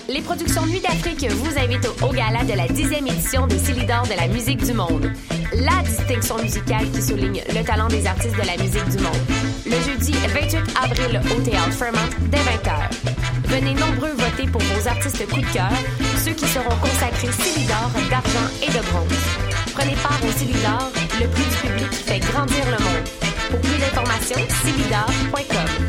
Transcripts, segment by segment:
Les productions Nuit d'Afrique vous invitent au gala de la 10e édition des Célidors de la musique du monde. La distinction musicale qui souligne le talent des artistes de la musique du monde. Le jeudi 28 avril au Théâtre Fairmont dès 20h. Venez nombreux voter pour vos artistes coup de cœur, ceux qui seront consacrés Célidors d'argent et de bronze. Prenez part au Célidors, le prix du public qui fait grandir le monde. Pour plus d'informations, célidors.com.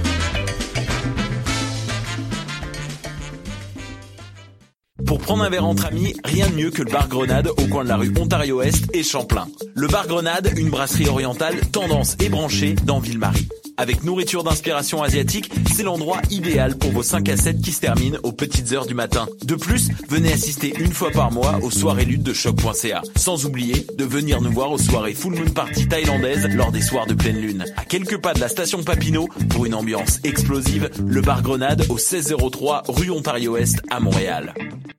Pour prendre un verre entre amis, rien de mieux que le bar Grenade au coin de la rue Ontario-Est et Champlain. Le bar Grenade, une brasserie orientale tendance et branchée dans Ville-Marie. Avec nourriture d'inspiration asiatique, c'est l'endroit idéal pour vos 5 à 7 qui se terminent aux petites heures du matin. De plus, venez assister une fois par mois aux soirées luttes de choc.ca. Sans oublier de venir nous voir aux soirées Full Moon Party thaïlandaises lors des soirs de pleine lune. À quelques pas de la station Papineau, pour une ambiance explosive, le bar Grenade au 1603 rue Ontario-Est à Montréal.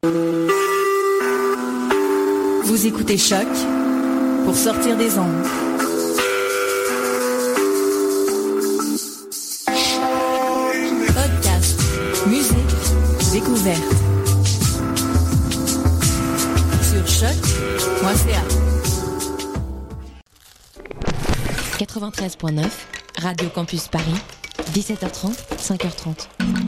Vous écoutez Choc pour sortir des ondes. Podcast, musique, découverte. Sur choc.ca. 93.9, Radio Campus Paris, 17h30, 5h30.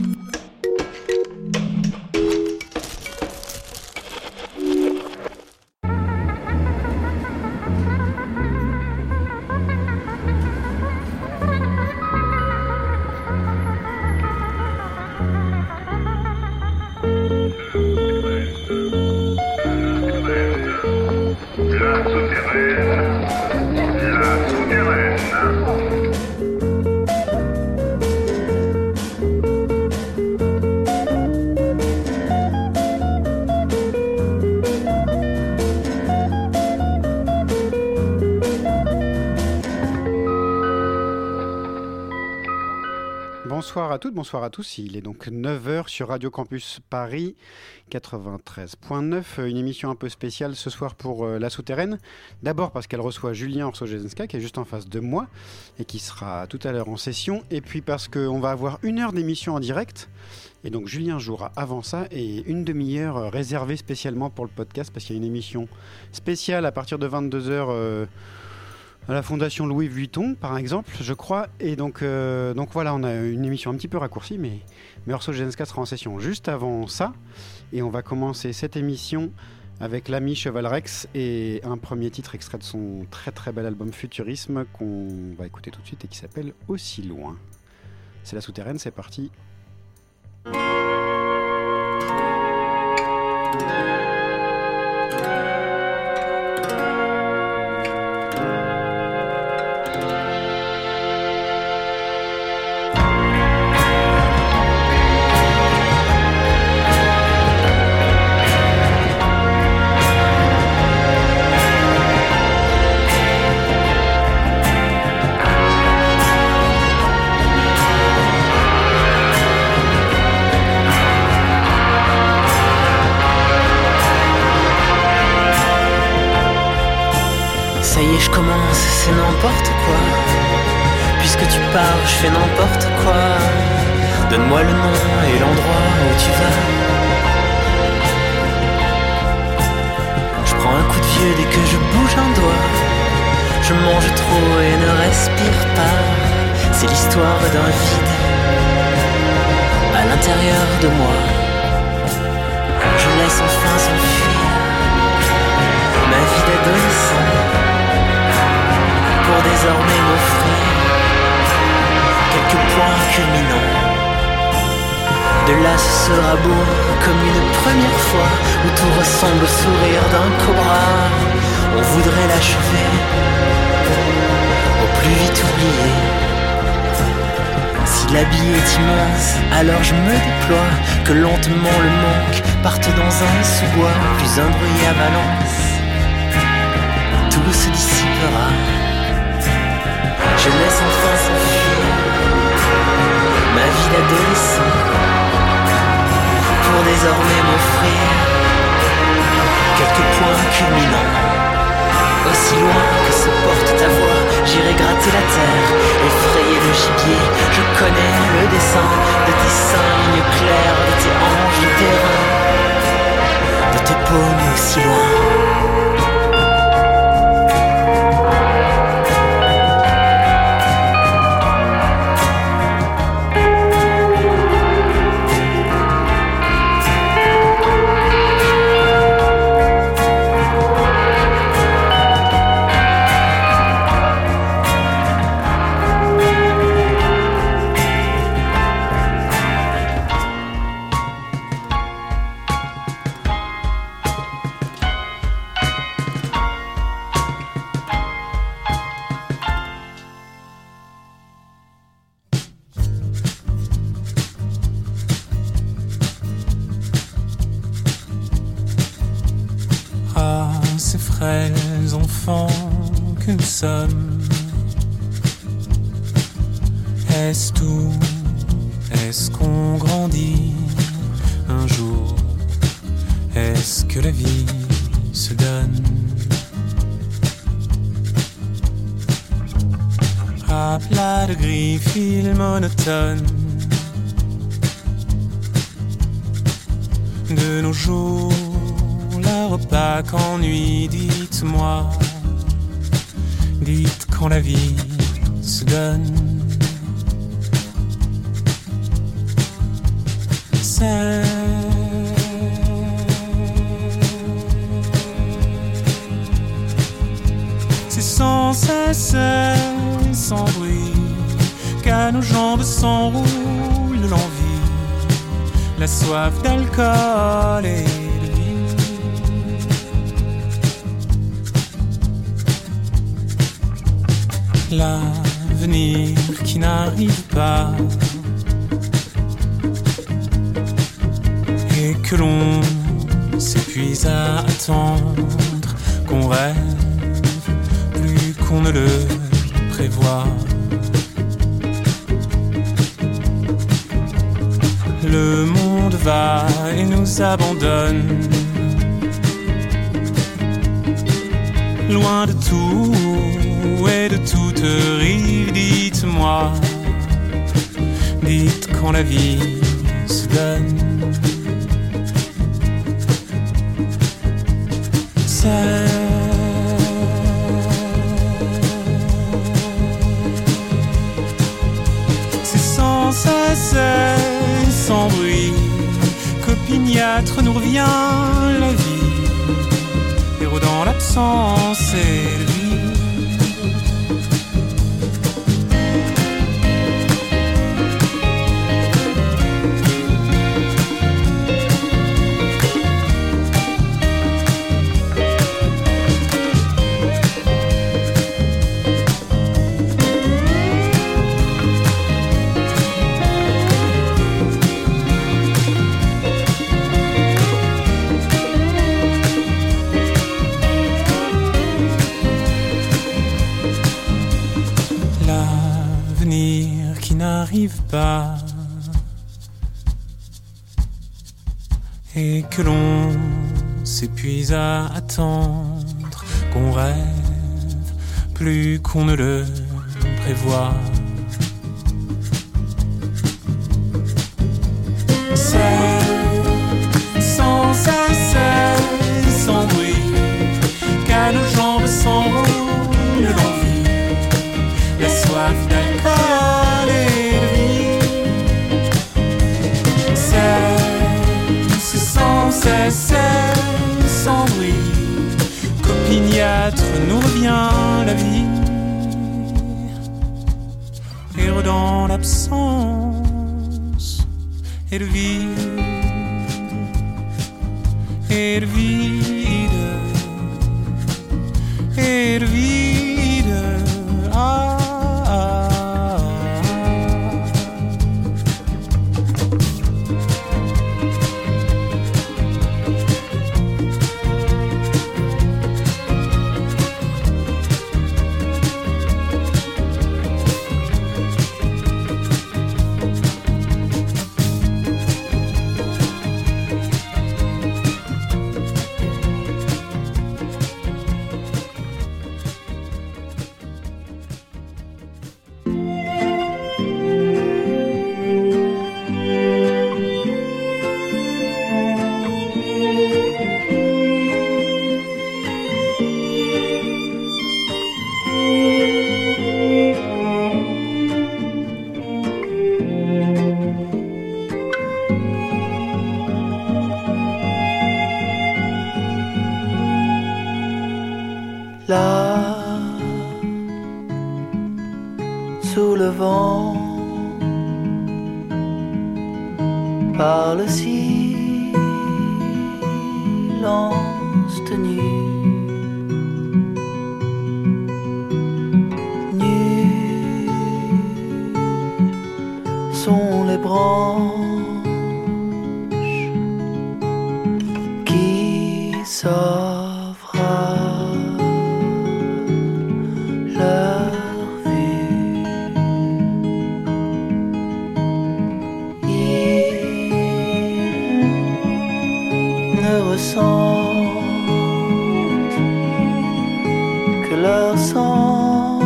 Bonsoir à toutes, bonsoir à tous. Il est donc 9h sur Radio Campus Paris 93.9. Une émission un peu spéciale ce soir pour La Souterraine. D'abord parce qu'elle reçoit Julien Orsojenska qui est juste en face de moi et qui sera tout à l'heure en session. Et puis parce qu'on va avoir 1 heure d'émission en direct. Et donc Julien jouera avant ça et une demi-heure réservée spécialement pour le podcast parce qu'il y a une émission spéciale à partir de 22h à la Fondation Louis Vuitton, par exemple, je crois. Et donc voilà, on a une émission un petit peu raccourcie, mais Orsojenska sera en session juste avant ça. Et on va commencer cette émission avec l'ami Cheval Rex et un premier titre extrait de son très très bel album Futurisme qu'on va écouter tout de suite et qui s'appelle Aussi loin. C'est La Souterraine, c'est parti. Ça y est, je commence, c'est n'importe quoi. Puisque tu pars, je fais n'importe quoi. Donne-moi le nom et l'endroit où tu vas. Je prends un coup de vieux dès que je bouge un doigt. Je mange trop et ne respire pas. C'est l'histoire d'un vide à l'intérieur de moi. Je laisse enfin s'enfuir ma vie d'adolescent pour désormais m'offrir quelques points culminants. De là ce sera beau comme une première fois où tout ressemble au sourire d'un cobra. On voudrait l'achever, au plus vite oublié. Si l'habit est immense, alors je me déploie, que lentement le manque parte dans un sous-bois, plus un bruit à Valence. Tout se dissipera. Je laisse enfin s'enfuir ma vie d'adolescent pour désormais m'offrir quelques points culminants. Aussi loin que se porte ta voix, j'irai gratter la terre, effrayer le gibier. Je connais le dessin de tes seins, lignes claires de tes hanches de terrain. si loin. Ces frêles enfants que nous sommes, est-ce tout? Est-ce qu'on grandit un jour? Est-ce que la vie se donne à plat de gris fil monotone de nos jours? Opaque ennui, dites-moi, dites quand la vie se donne. C'est sans cesse, sans bruit, qu'à nos jambes s'enroule l'envie, la soif d'alcool et l'avenir qui n'arrive pas et que l'on s'épuise à attendre, qu'on rêve plus qu'on ne le prévoit. Le monde va et nous abandonne, loin de tout et de toute rive. Dites-moi, dites quand la vie se donne. C'est sans cesse, sans bruit, qu'opiniâtre nous revient la vie, héros dans l'absence et le vide. Pas et que l'on s'épuise à attendre, qu'on rêve plus qu'on ne le prévoit. C'est sans cesse, sans bruit, qu'à nos jambes s'enroule l'envie, la soif d'alcool et sans bruit, qu'opiniâtre nous revient la vie, héros dans l'absence et le vide, et le vide, et le vide. Ah, ah, ah. là, sous le vent, par le silence tenu, nues sont les branches qui s'offrent à leur vue. Ils ne ressentent que leur sang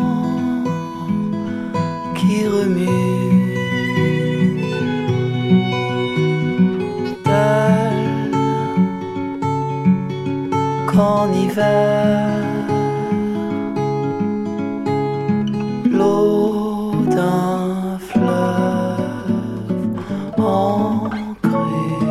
qui remue, tel qu'en hiver l'eau d'un fleuve en crue.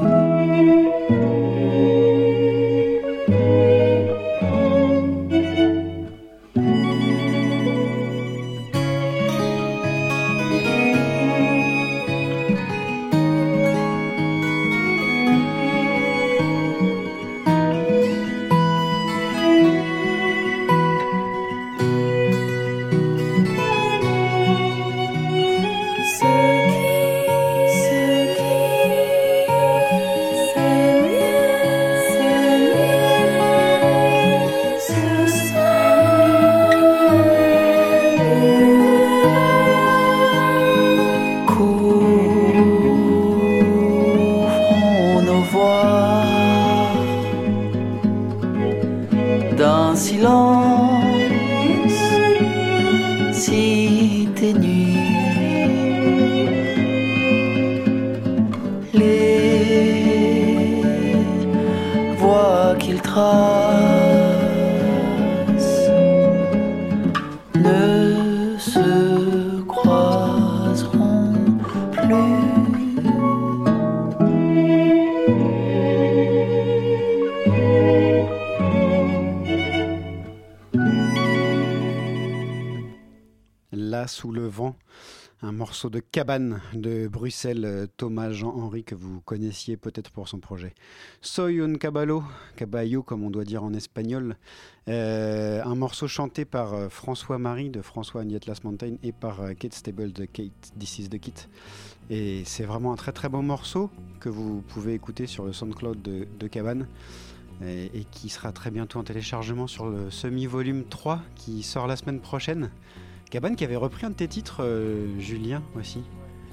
Couvrons nos voix d'un silence si ténu. Les voies qu'ils tracent ne se croiseront plus. Là, sous le vent, un morceau de Cabane de Bruxelles, Thomas Jean-Henry, que vous connaissiez peut-être pour son projet Soy un caballo, caballo comme on doit dire en espagnol, un morceau chanté par François-Marie de François and the Atlas Mountain et par Kate Stable de Kate This Is The Kit. Et c'est vraiment un très très beau morceau que vous pouvez écouter sur le SoundCloud de Cabane et qui sera très bientôt en téléchargement sur le semi-volume 3 qui sort la semaine prochaine. Cabane qui avait repris un de tes titres, Julien aussi.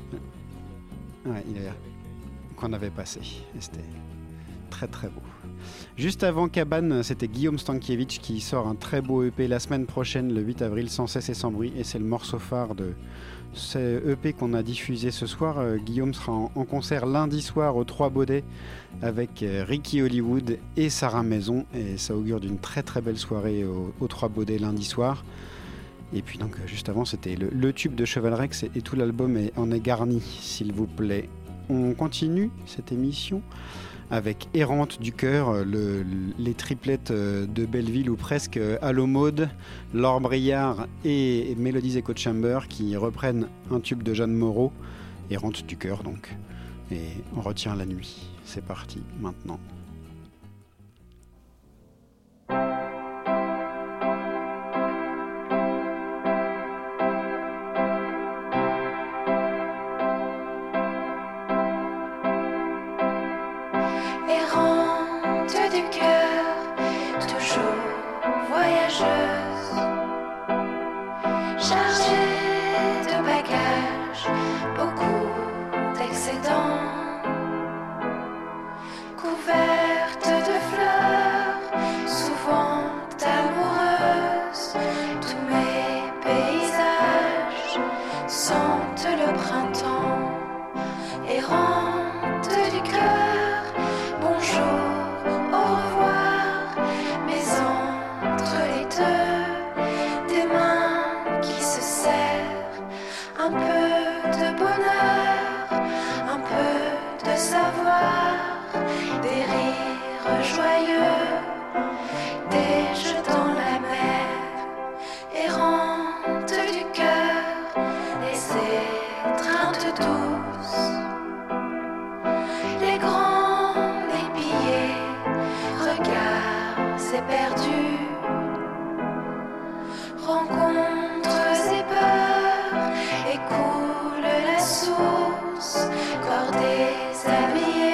Ouais, qu'on avait passé. Et c'était très très beau. Juste avant Cabane, c'était Guillaume Stankiewicz qui sort un très beau EP la semaine prochaine, le 8 avril, Sans cesse et sans bruit. Et c'est le morceau phare de ce EP qu'on a diffusé ce soir. Guillaume sera en concert lundi soir au 3 Baudets avec Ricky Hollywood et Sarah Maison. Et ça augure d'une très très belle soirée au 3 Baudets lundi soir. Et puis donc juste avant c'était le tube de Cheval Rex et tout l'album en est garni, s'il vous plaît. On continue cette émission avec Errante du cœur, les triplettes de Belleville ou presque, Allo Maud, Laure Briard et Mélodies Echo Chamber qui reprennent un tube de Jeanne Moreau, Errante du cœur donc. Et on retient la nuit. C'est parti maintenant. Des rires joyeux, des jetons s'est perdu. Rencontres et peurs, et coule la source, corps déshabillé,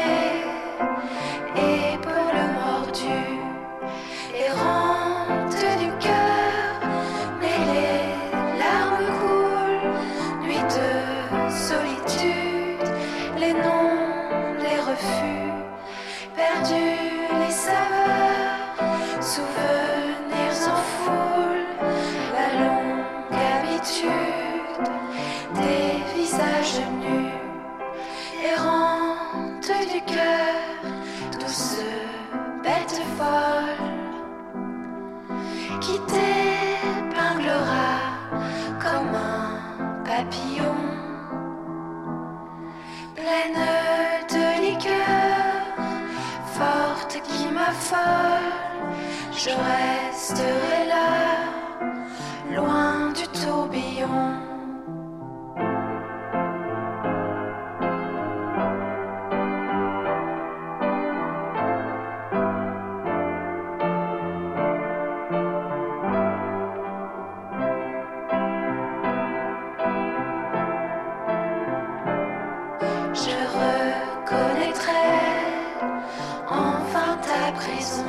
épaules mordues, errante du cœur, mais les larmes coulent, nuit de solitude, les noms, les refus, perdus les saveurs, souvenirs en foule, la longue habitude des visages nus, errante du cœur, douce bête folle, qui t'épinglera comme un papillon, pleine de liqueur, forte qui m'affole, je resterai là, loin du tourbillon. Je reconnaîtrai enfin ta prison.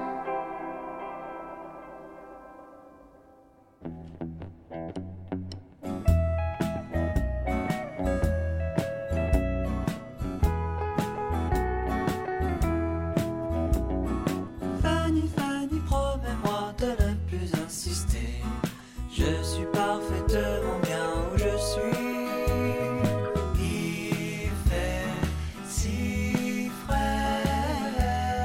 Fanny, Fanny, promets-moi de ne plus insister. Je suis parfaitement bien où je suis. Il fait si frais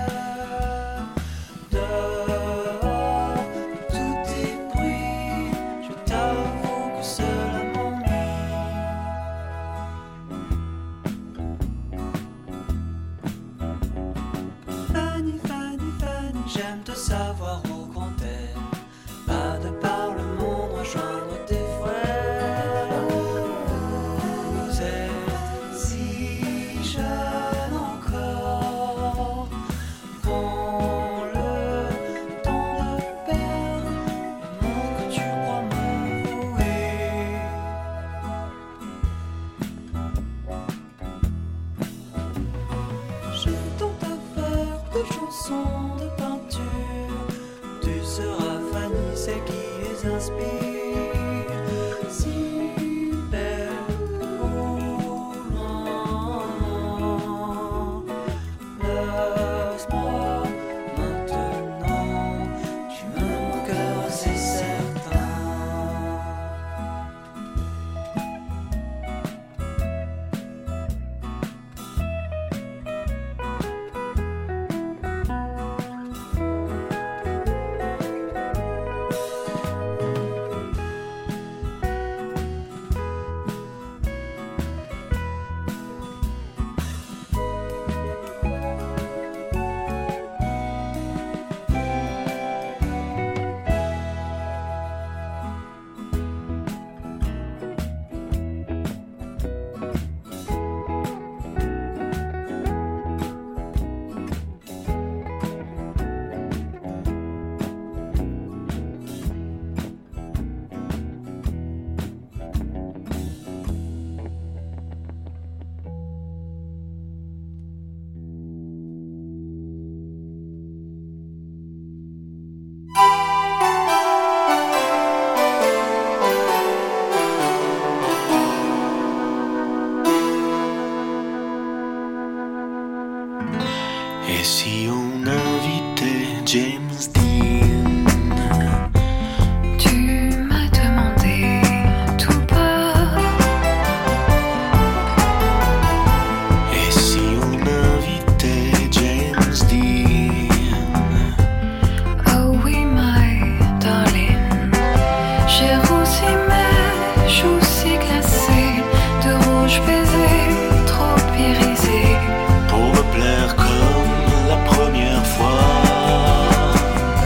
dehors, tout est bruit. Je t'avoue que cela m'ennuie. Fanny, Fanny, Fanny, j'aime te savoir au grand air. Pas de par le monde rejoindre tes frères. Vous êtes si jeune encore. Prends le temps de perdre le monde que tu crois m'avouer. Je tente à faire de chansons, de peinture. Tu seras Fanny, celle qui les inspire. Si belle ou loin, laisse-moi maintenant. Tu me manqueras, c'est certain. Et si on invitait James Dean? Tu m'as demandé tout bas. Et si on invitait James Dean? Oh oui, my darling. J'ai roussi mes joues si glacées, de rouge baisers trop irisés. Pour me plaire comme la première fois.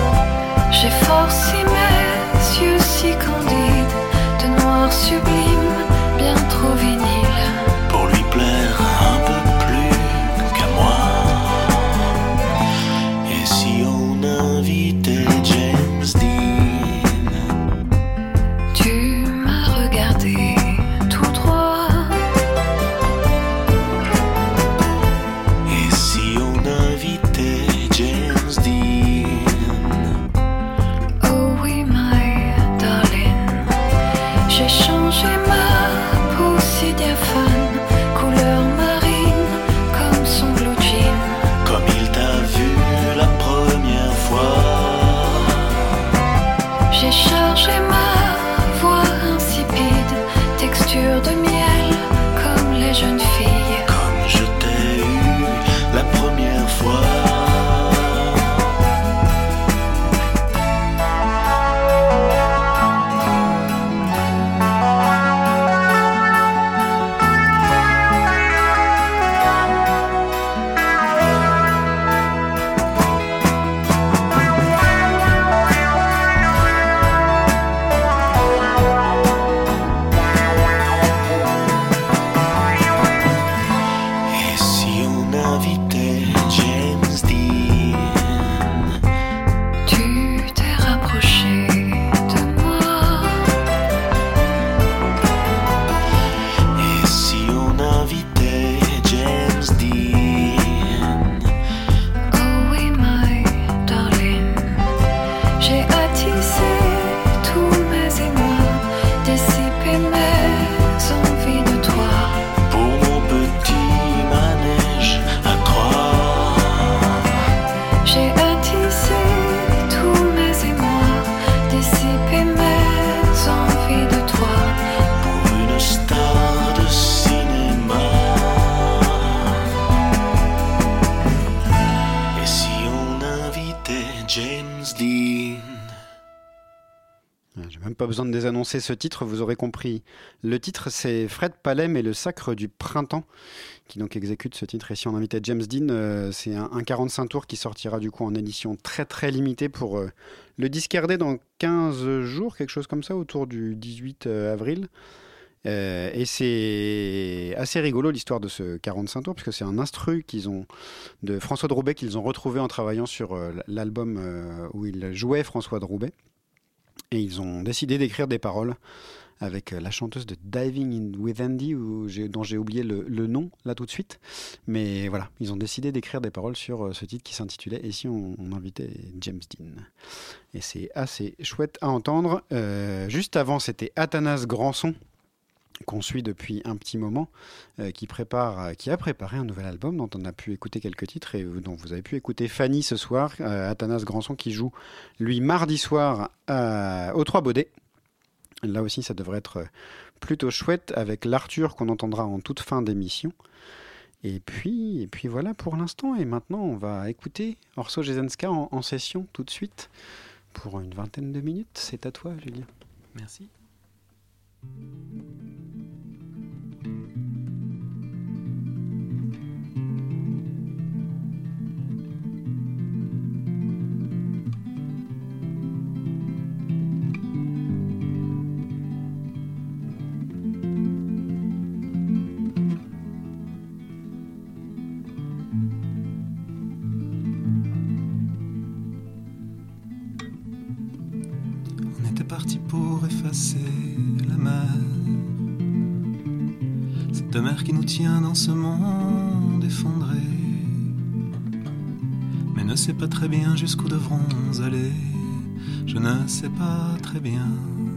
même pas besoin de désannoncer ce titre, vous aurez compris. Le titre, c'est Fred Palem et le Sacre du Printemps, qui donc exécute ce titre. Et si on invitait James Dean, c'est un 45 tours qui sortira du coup en édition très très limitée pour le Discardé dans 15 jours, quelque chose comme ça, autour du 18 avril. Et c'est assez rigolo l'histoire de ce 45 tours, parce que c'est un instru de François de Roubaix qu'ils ont retrouvé en travaillant sur l'album où il jouait François de Roubaix. Et ils ont décidé d'écrire des paroles avec la chanteuse de Diving in with Andy, dont j'ai oublié le nom là tout de suite. Mais voilà, ils ont décidé d'écrire des paroles sur ce titre qui s'intitulait « Et si on invitait James Dean ?» Et c'est assez chouette à entendre. Juste avant, c'était Athanas Granson, qu'on suit depuis un petit moment, qui a préparé un nouvel album dont on a pu écouter quelques titres et dont vous avez pu écouter Fanny ce soir. Athanas Granson qui joue, lui, mardi soir aux Trois Baudets. Là aussi, ça devrait être plutôt chouette avec l'Arthur qu'on entendra en toute fin d'émission. Et puis voilà pour l'instant. Et maintenant, on va écouter Orso Jesenska en session tout de suite pour une vingtaine de minutes. C'est à toi, Julien. Merci. Parti pour effacer la mer, cette mer qui nous tient dans ce monde effondré, mais ne sais pas très bien jusqu'où devrons aller, je ne sais pas très bien,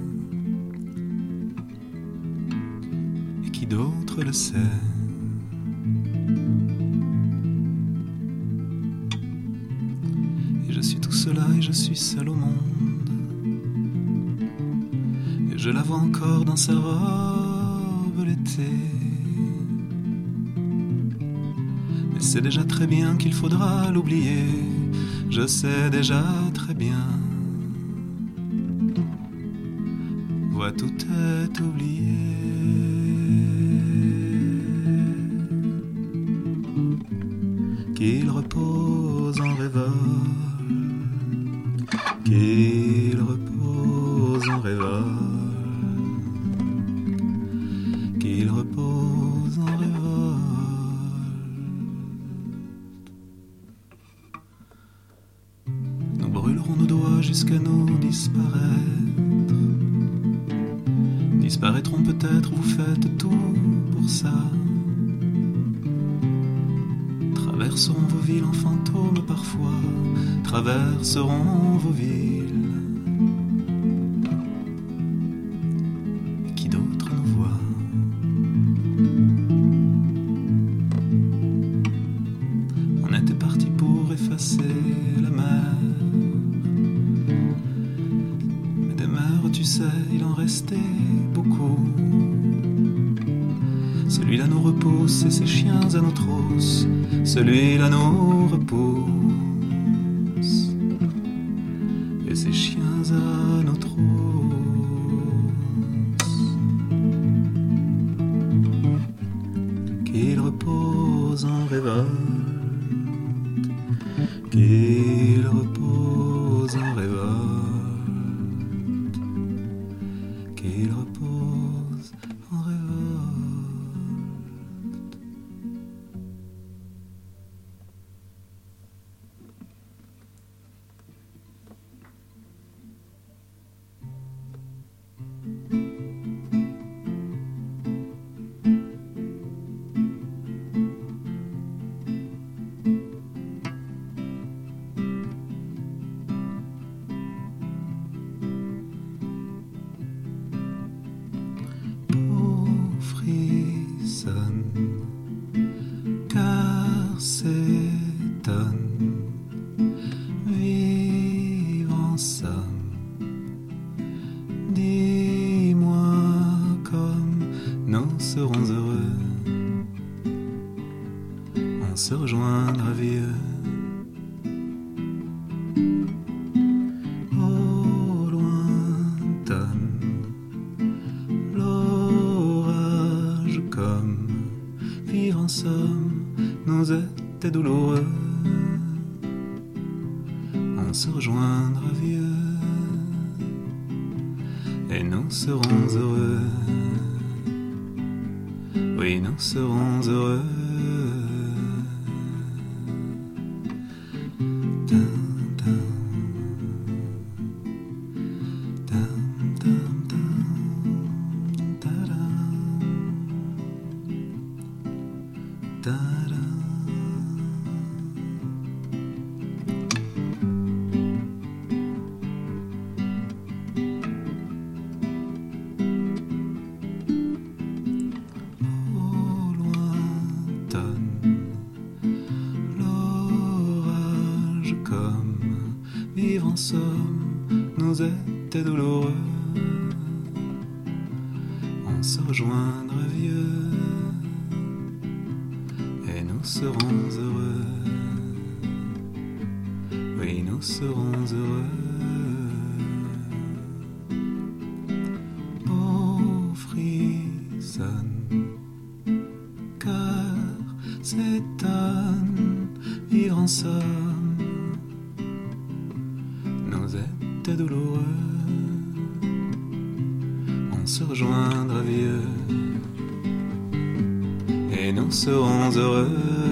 et qui d'autre le sait. Et je suis tout seul là et je suis seul au monde. Je la vois encore dans sa robe l'été. Mais c'est déjà très bien qu'il faudra l'oublier. Je sais déjà très bien. Vois, tout est oublié. Qu'il repose en révolte. Qu'il repose en révolte. Qu'il repose en révolte. Nous brûlerons nos doigts jusqu'à nous disparaître. Disparaîtrons peut-être, vous faites tout pour ça. Traverserons vos villes en fantômes parfois. Traverserons vos villes. La mer, mais des mers, tu sais, il en restait beaucoup. Celui-là nous repousse et ses chiens à nos trousses. Celui-là nous repousse et ses chiens à nos trousses. Qu'il repose en révolte. Qu'il repose en révolte, qu'il repose en révolte. Car s'étonne, vivre en somme. Dis-moi comme nous serons heureux. On se rejoindra vieux. Au lointain. était douloureux, on se rejoindra vieux, et nous serons heureux. Oui, nous serons heureux. Nous était douloureux, on se rejoindra vieux, et nous serons heureux. Oui, nous serons heureux. Peau frissonne, cœur s'étonne, vivre en somme nous était douloureux, on se rejoindra vieux, et nous serons heureux.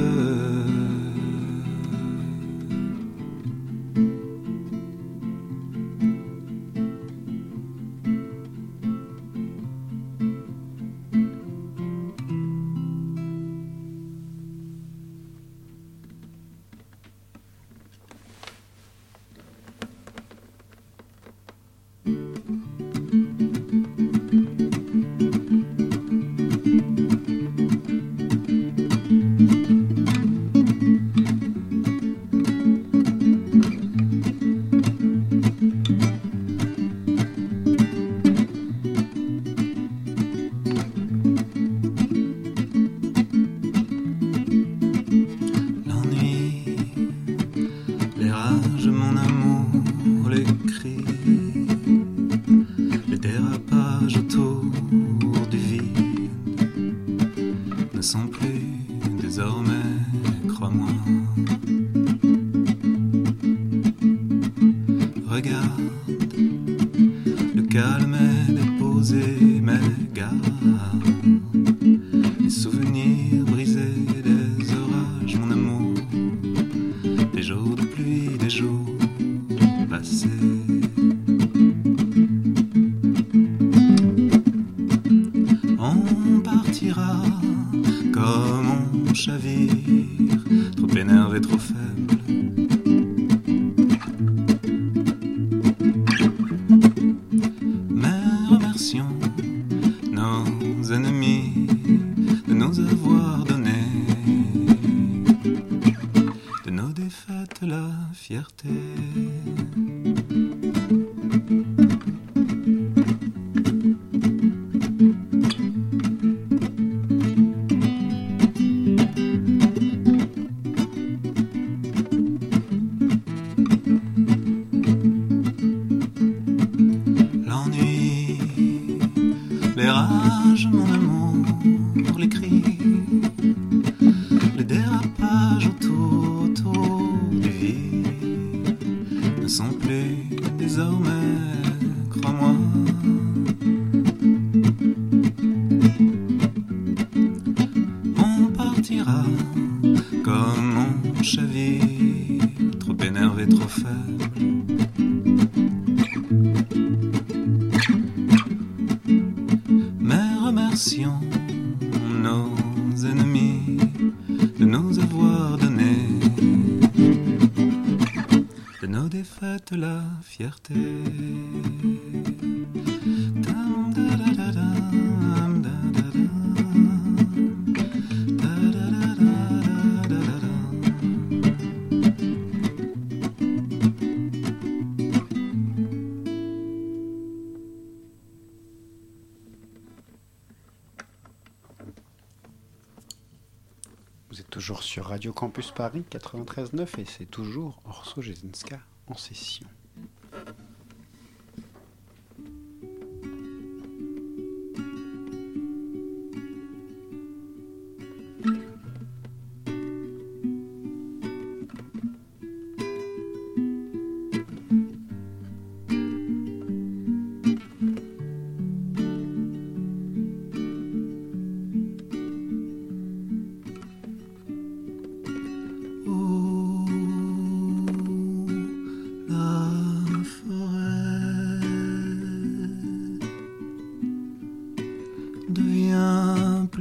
Vous êtes toujours sur Radio Campus Paris 93.9 et c'est toujours Orso Jesenska en session.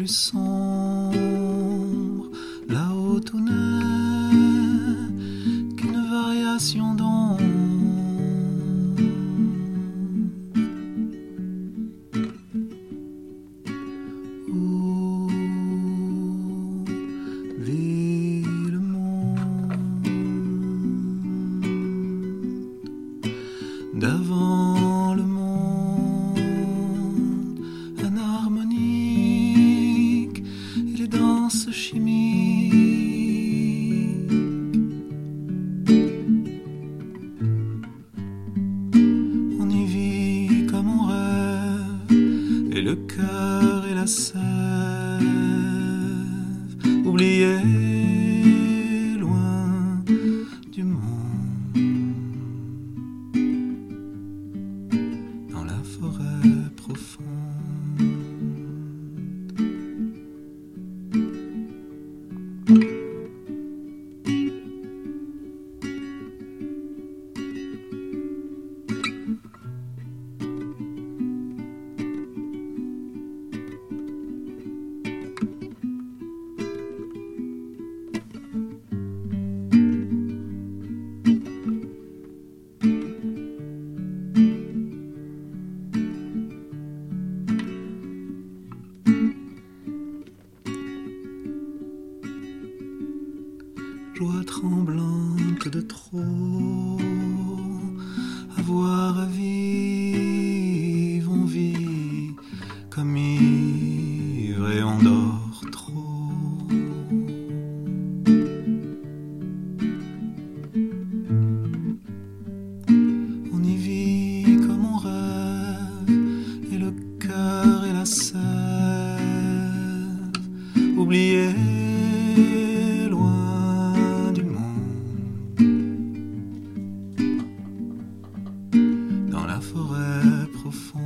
plus sombre, là-haut tout n'est qu'une variation d'ombre. Où vit le monde d'avant le monde, un harmonique et les danses chimiques. On y vit comme on rêve, et le cœur et la sève, oubliés loin du monde, dans la forêt profonde. Joie tremblante de trop avoir à vivre, on vit comme ivre et on dort trop. On y vit comme on rêve, et le cœur et la sève, oubliés loin du monde, dans la forêt profonde.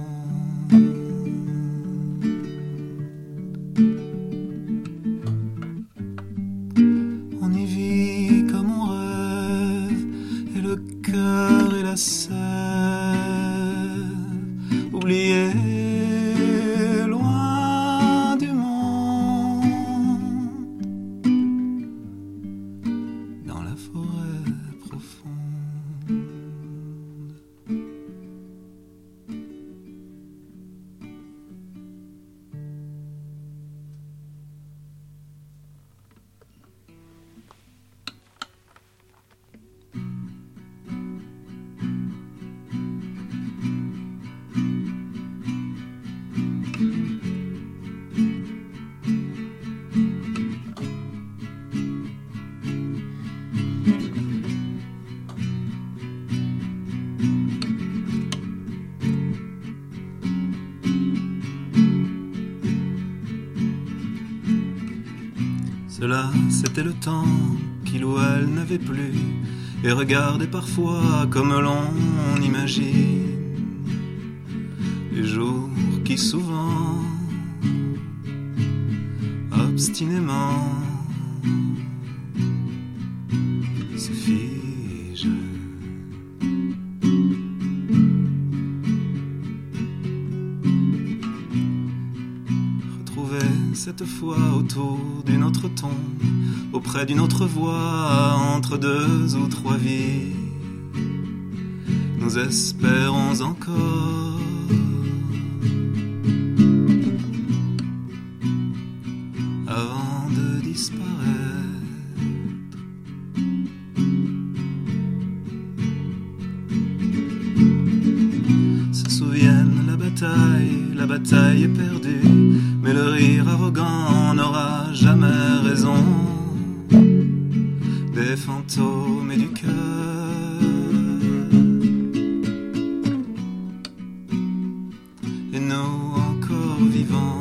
On y vit comme on rêve, et le cœur et la sève, oubliés loin du monde, dans la forêt profonde. Cela, c'était le temps qu'il ou elle n'avait plus, et regardait parfois comme l'on imagine les jours qui souvent, obstinément, se figent. Cette fois autour d'une autre tombe, auprès d'une autre voie, entre deux ou trois vies, nous espérons encore avant de disparaître. Se souviennent la bataille est perdue, mais le rire arrogant n'aura jamais raison des fantômes et du cœur. Et nous encore vivants,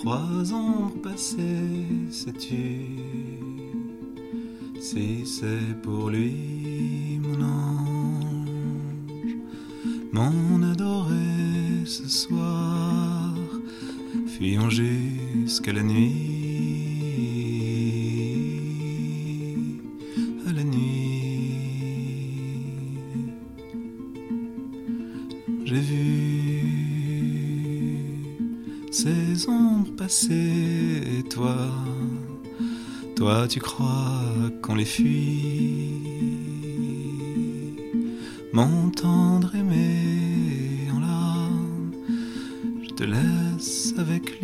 3 ombres passées, sais-tu si c'est pour lui mon ange, mon adoré ce soir, fuyons jusqu'à la nuit, à la nuit. J'ai vu ces ombres passer et toi tu crois qu'on les fuit, mon tendre aimé en larmes, je te laisse avec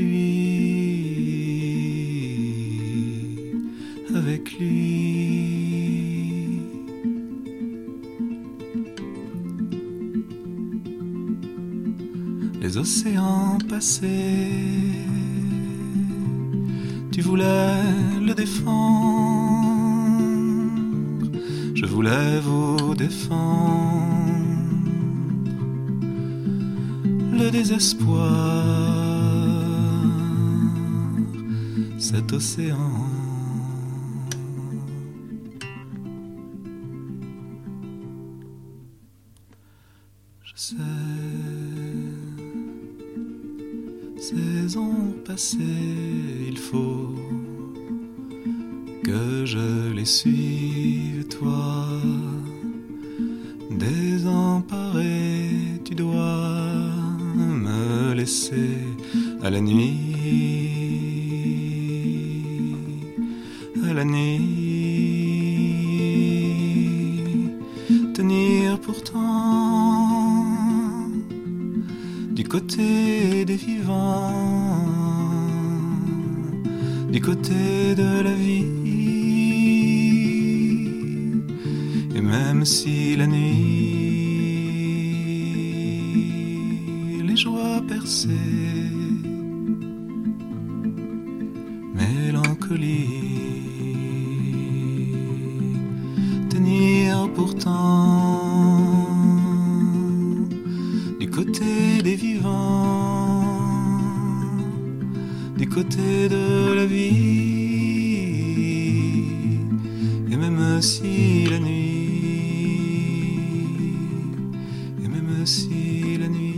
lui, avec lui. Les océans passés, tu voulais le défendre, je voulais vous défendre. Le désespoir, cet océan. Je sais, ces ombres passées, il faut que je les suive, toi. Désemparé, tu dois me laisser à la nuit, à la nuit, tenir pourtant du côté des vivants, du côté de la vie. Et même si la nuit, les joies percées, mélancolie, tenir pourtant du côté des vivants, du côté de la vie. Et même si la nuit, et même si la nuit.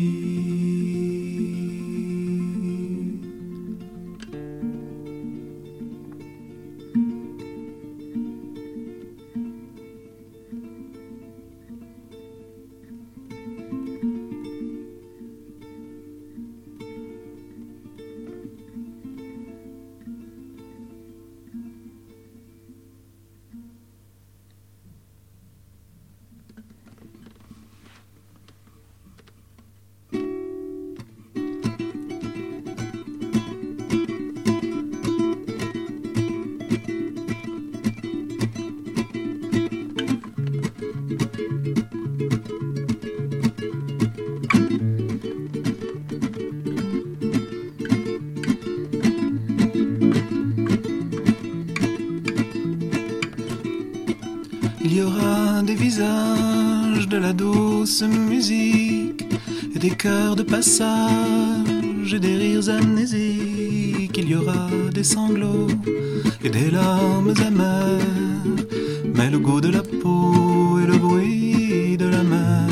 Il y aura des visages, de la douce musique, et des cœurs de passage, et des rires amnésiques. Il y aura des sanglots et des larmes amères, mais le goût de la peau et le bruit de la mer.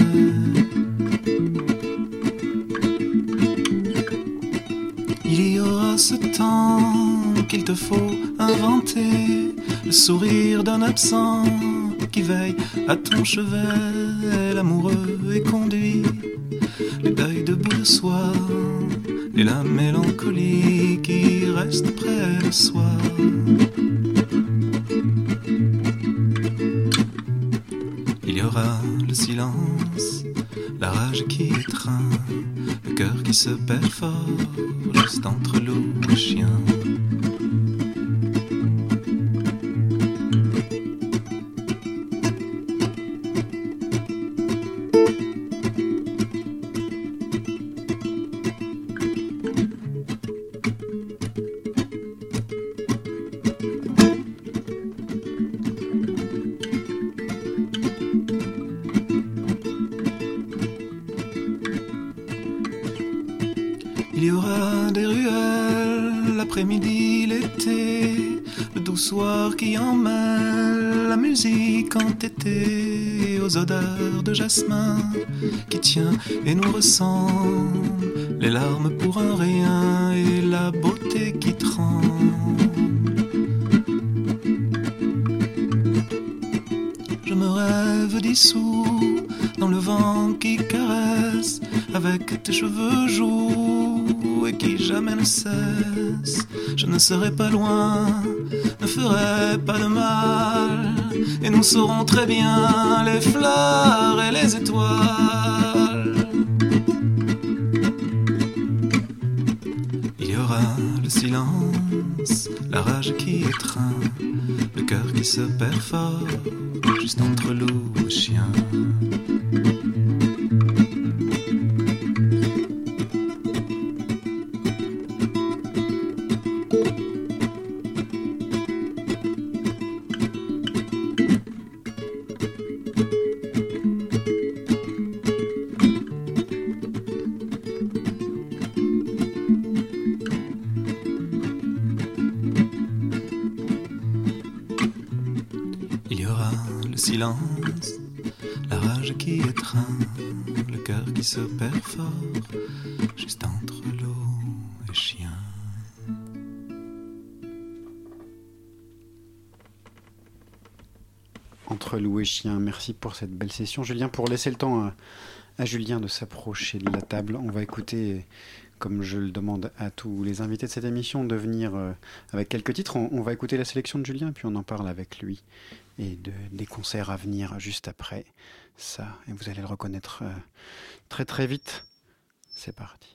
Il y aura ce temps qu'il te faut inventer, le sourire d'un absent qui veille à ton chevet, l'amoureux est conduit, les deuils debout de soi, et la mélancolie qui reste près de soi. Il y aura le silence, la rage qui étreint, le cœur qui se perd fort, juste entre loup et chien. Il y aura des ruelles l'après-midi, l'été, le doux soir qui en mêle, la musique entêtée aux odeurs de jasmin qui tient et nous ressemble, les larmes pour un rien et la beauté qui tremble. Je me rêve dissous dans le vent qui caresse avec tes cheveux joues et qui jamais ne cesse. Je ne serai pas loin, ne ferai pas de mal, et nous saurons très bien les fleurs et les étoiles. Il y aura le silence, la rage qui étreint, le cœur qui se perd fort, juste entre loup et chien. La rage qui étreint, le cœur qui se perd fort, juste entre loup et chien. Entre loup et chien, merci pour cette belle session. Julien, pour laisser le temps à Julien de s'approcher de la table, on va écouter, comme je le demande à tous les invités de cette émission, de venir avec quelques titres. On va écouter la sélection de Julien, puis on en parle avec lui. Et des concerts à venir juste après ça. Et vous allez le reconnaître très très vite. C'est parti.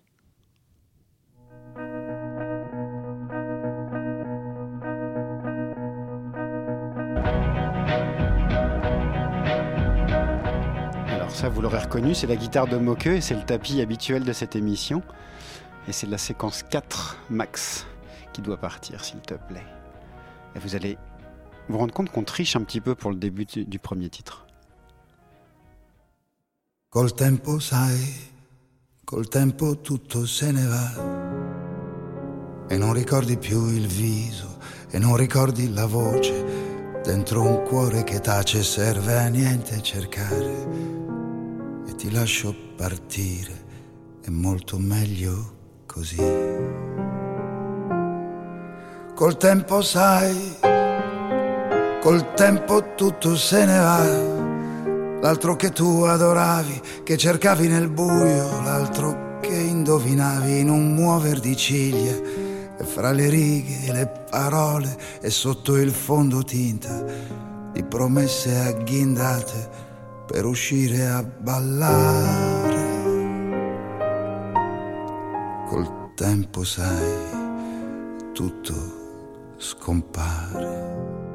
Alors ça, vous l'aurez reconnu, c'est la guitare de Moqueux et c'est le tapis habituel de cette émission. Et c'est la séquence 4 max qui doit partir, s'il te plaît. Et vous allez vous rendre compte qu'on triche un petit peu pour le début du premier titre. Col tempo, sai, col tempo tutto se ne va e non ricordi più il viso e non ricordi la voce dentro un cuore che tace, serve a niente cercare e ti lascio partire, è molto meglio così. Col tempo, sai, col tempo tutto se ne va, l'altro che tu adoravi, che cercavi nel buio, l'altro che indovinavi in un muover di ciglia, e fra le righe e le parole e sotto il fondotinta di promesse agghindate per uscire a ballare. Col tempo, sai, tutto scompare.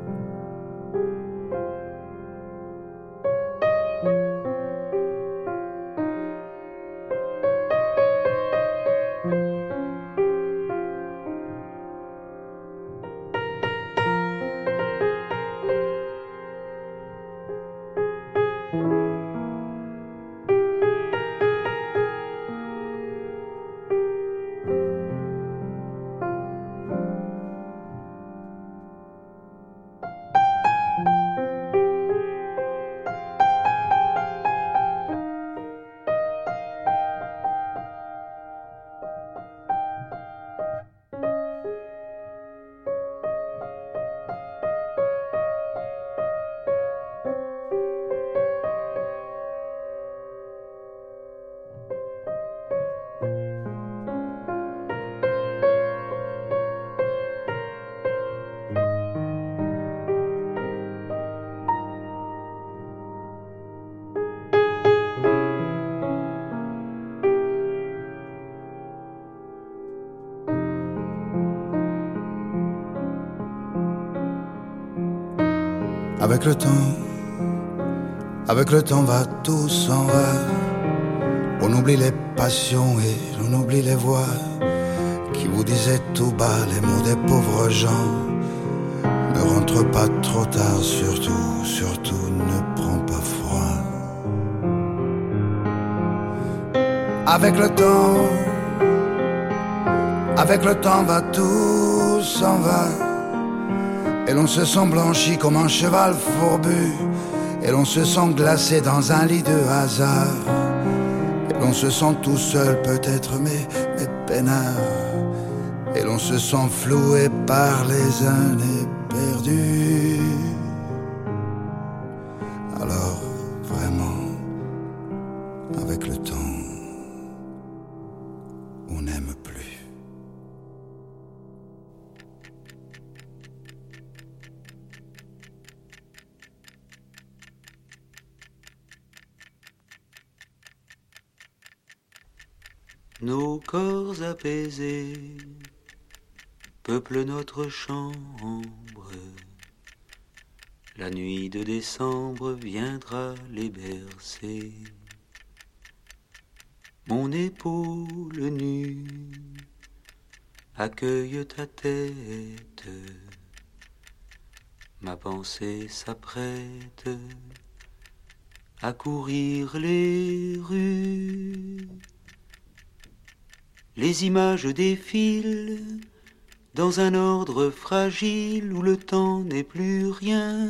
Avec le temps va, tout s'en va. On oublie les passions et on oublie les voix qui vous disaient tout bas les mots des pauvres gens. Ne rentre pas trop tard, surtout, surtout ne prends pas froid. Avec le temps Avec le temps va, tout s'en va. Et l'on se sent blanchi comme un cheval fourbu. Et l'on se sent glacé dans un lit de hasard. Et l'on se sent tout seul peut-être mais peinard. Et l'on se sent floué par les années perdues. Alors vraiment, avec le temps, on n'aime plus. Nos corps apaisés peuplent notre chambre. La nuit de décembre viendra les bercer. Mon épaule nue accueille ta tête. Ma pensée s'apprête à courir les rues. Les images défilent dans un ordre fragile où le temps n'est plus rien.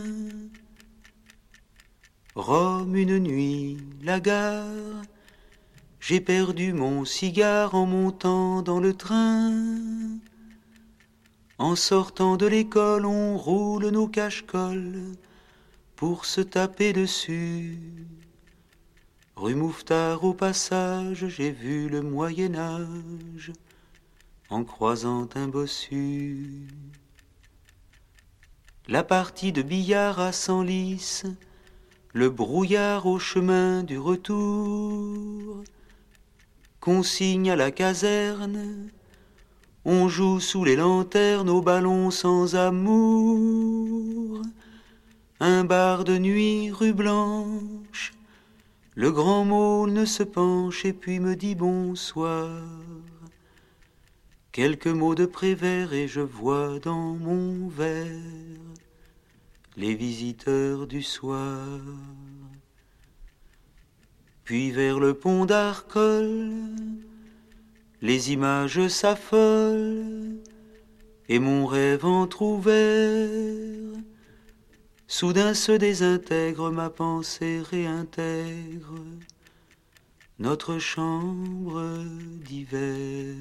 Rome une nuit, la gare, j'ai perdu mon cigare en montant dans le train. En sortant de l'école, on roule nos cache-cols pour se taper dessus. Rue Mouffetard au passage, j'ai vu le Moyen-Âge en croisant un bossu. La partie de billard à Senlis, le brouillard au chemin du retour. Consigne à la caserne, on joue sous les lanternes au ballon sans amour. Un bar de nuit rue Blanche, le grand môle ne se penche et puis me dit bonsoir. Quelques mots de Prévert et je vois dans mon verre les visiteurs du soir. Puis vers le pont d'Arcole, les images s'affolent et mon rêve entrouvert. Soudain se désintègre, ma pensée réintègre notre chambre d'hiver.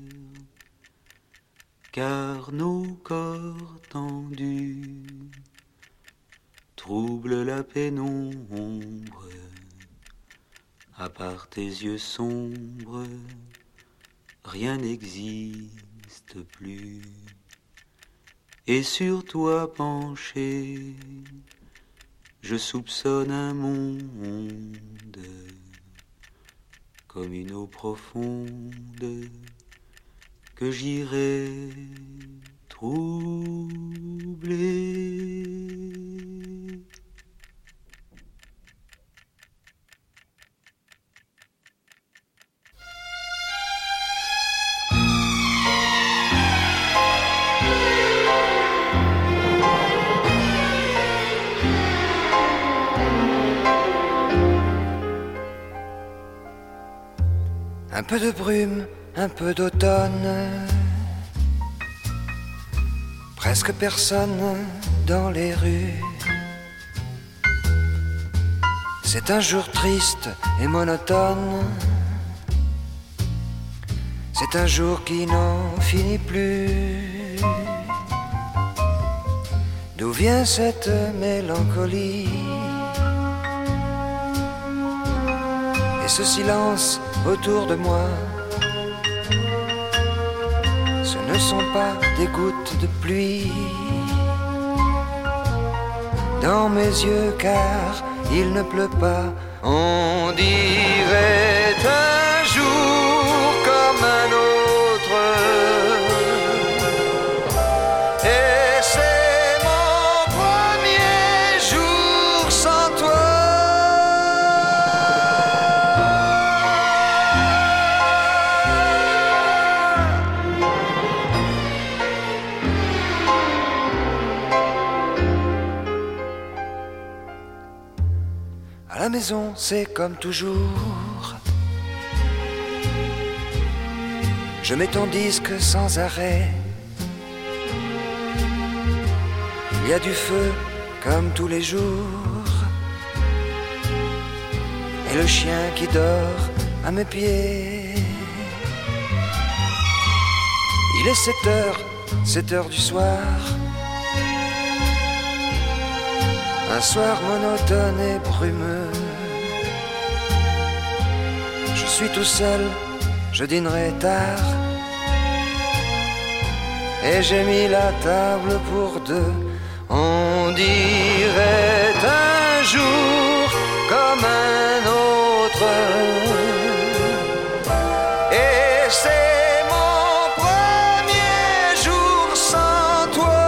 Car nos corps tendus troublent la pénombre. À part tes yeux sombres, rien n'existe plus. Et sur toi penché, je soupçonne un monde comme une eau profonde que j'irai troubler. Un peu de brume, un peu d'automne, presque personne dans les rues. C'est un jour triste et monotone, c'est un jour qui n'en finit plus. D'où vient cette mélancolie et ce silence autour de moi? Ce ne sont pas des gouttes de pluie dans mes yeux, car il ne pleut pas. On dirait un jour comme un autre, et c'est mon premier jour sans toi. À la maison, c'est comme toujours. je mets ton disque sans arrêt. Il y a du feu comme tous les jours, et le chien qui dort à mes pieds. Il est 7 heures du soir, un soir monotone et brumeux. Je suis tout seul, je dînerai tard, et j'ai mis la table pour deux. On dirait un jour comme un autre, et c'est mon premier jour sans toi.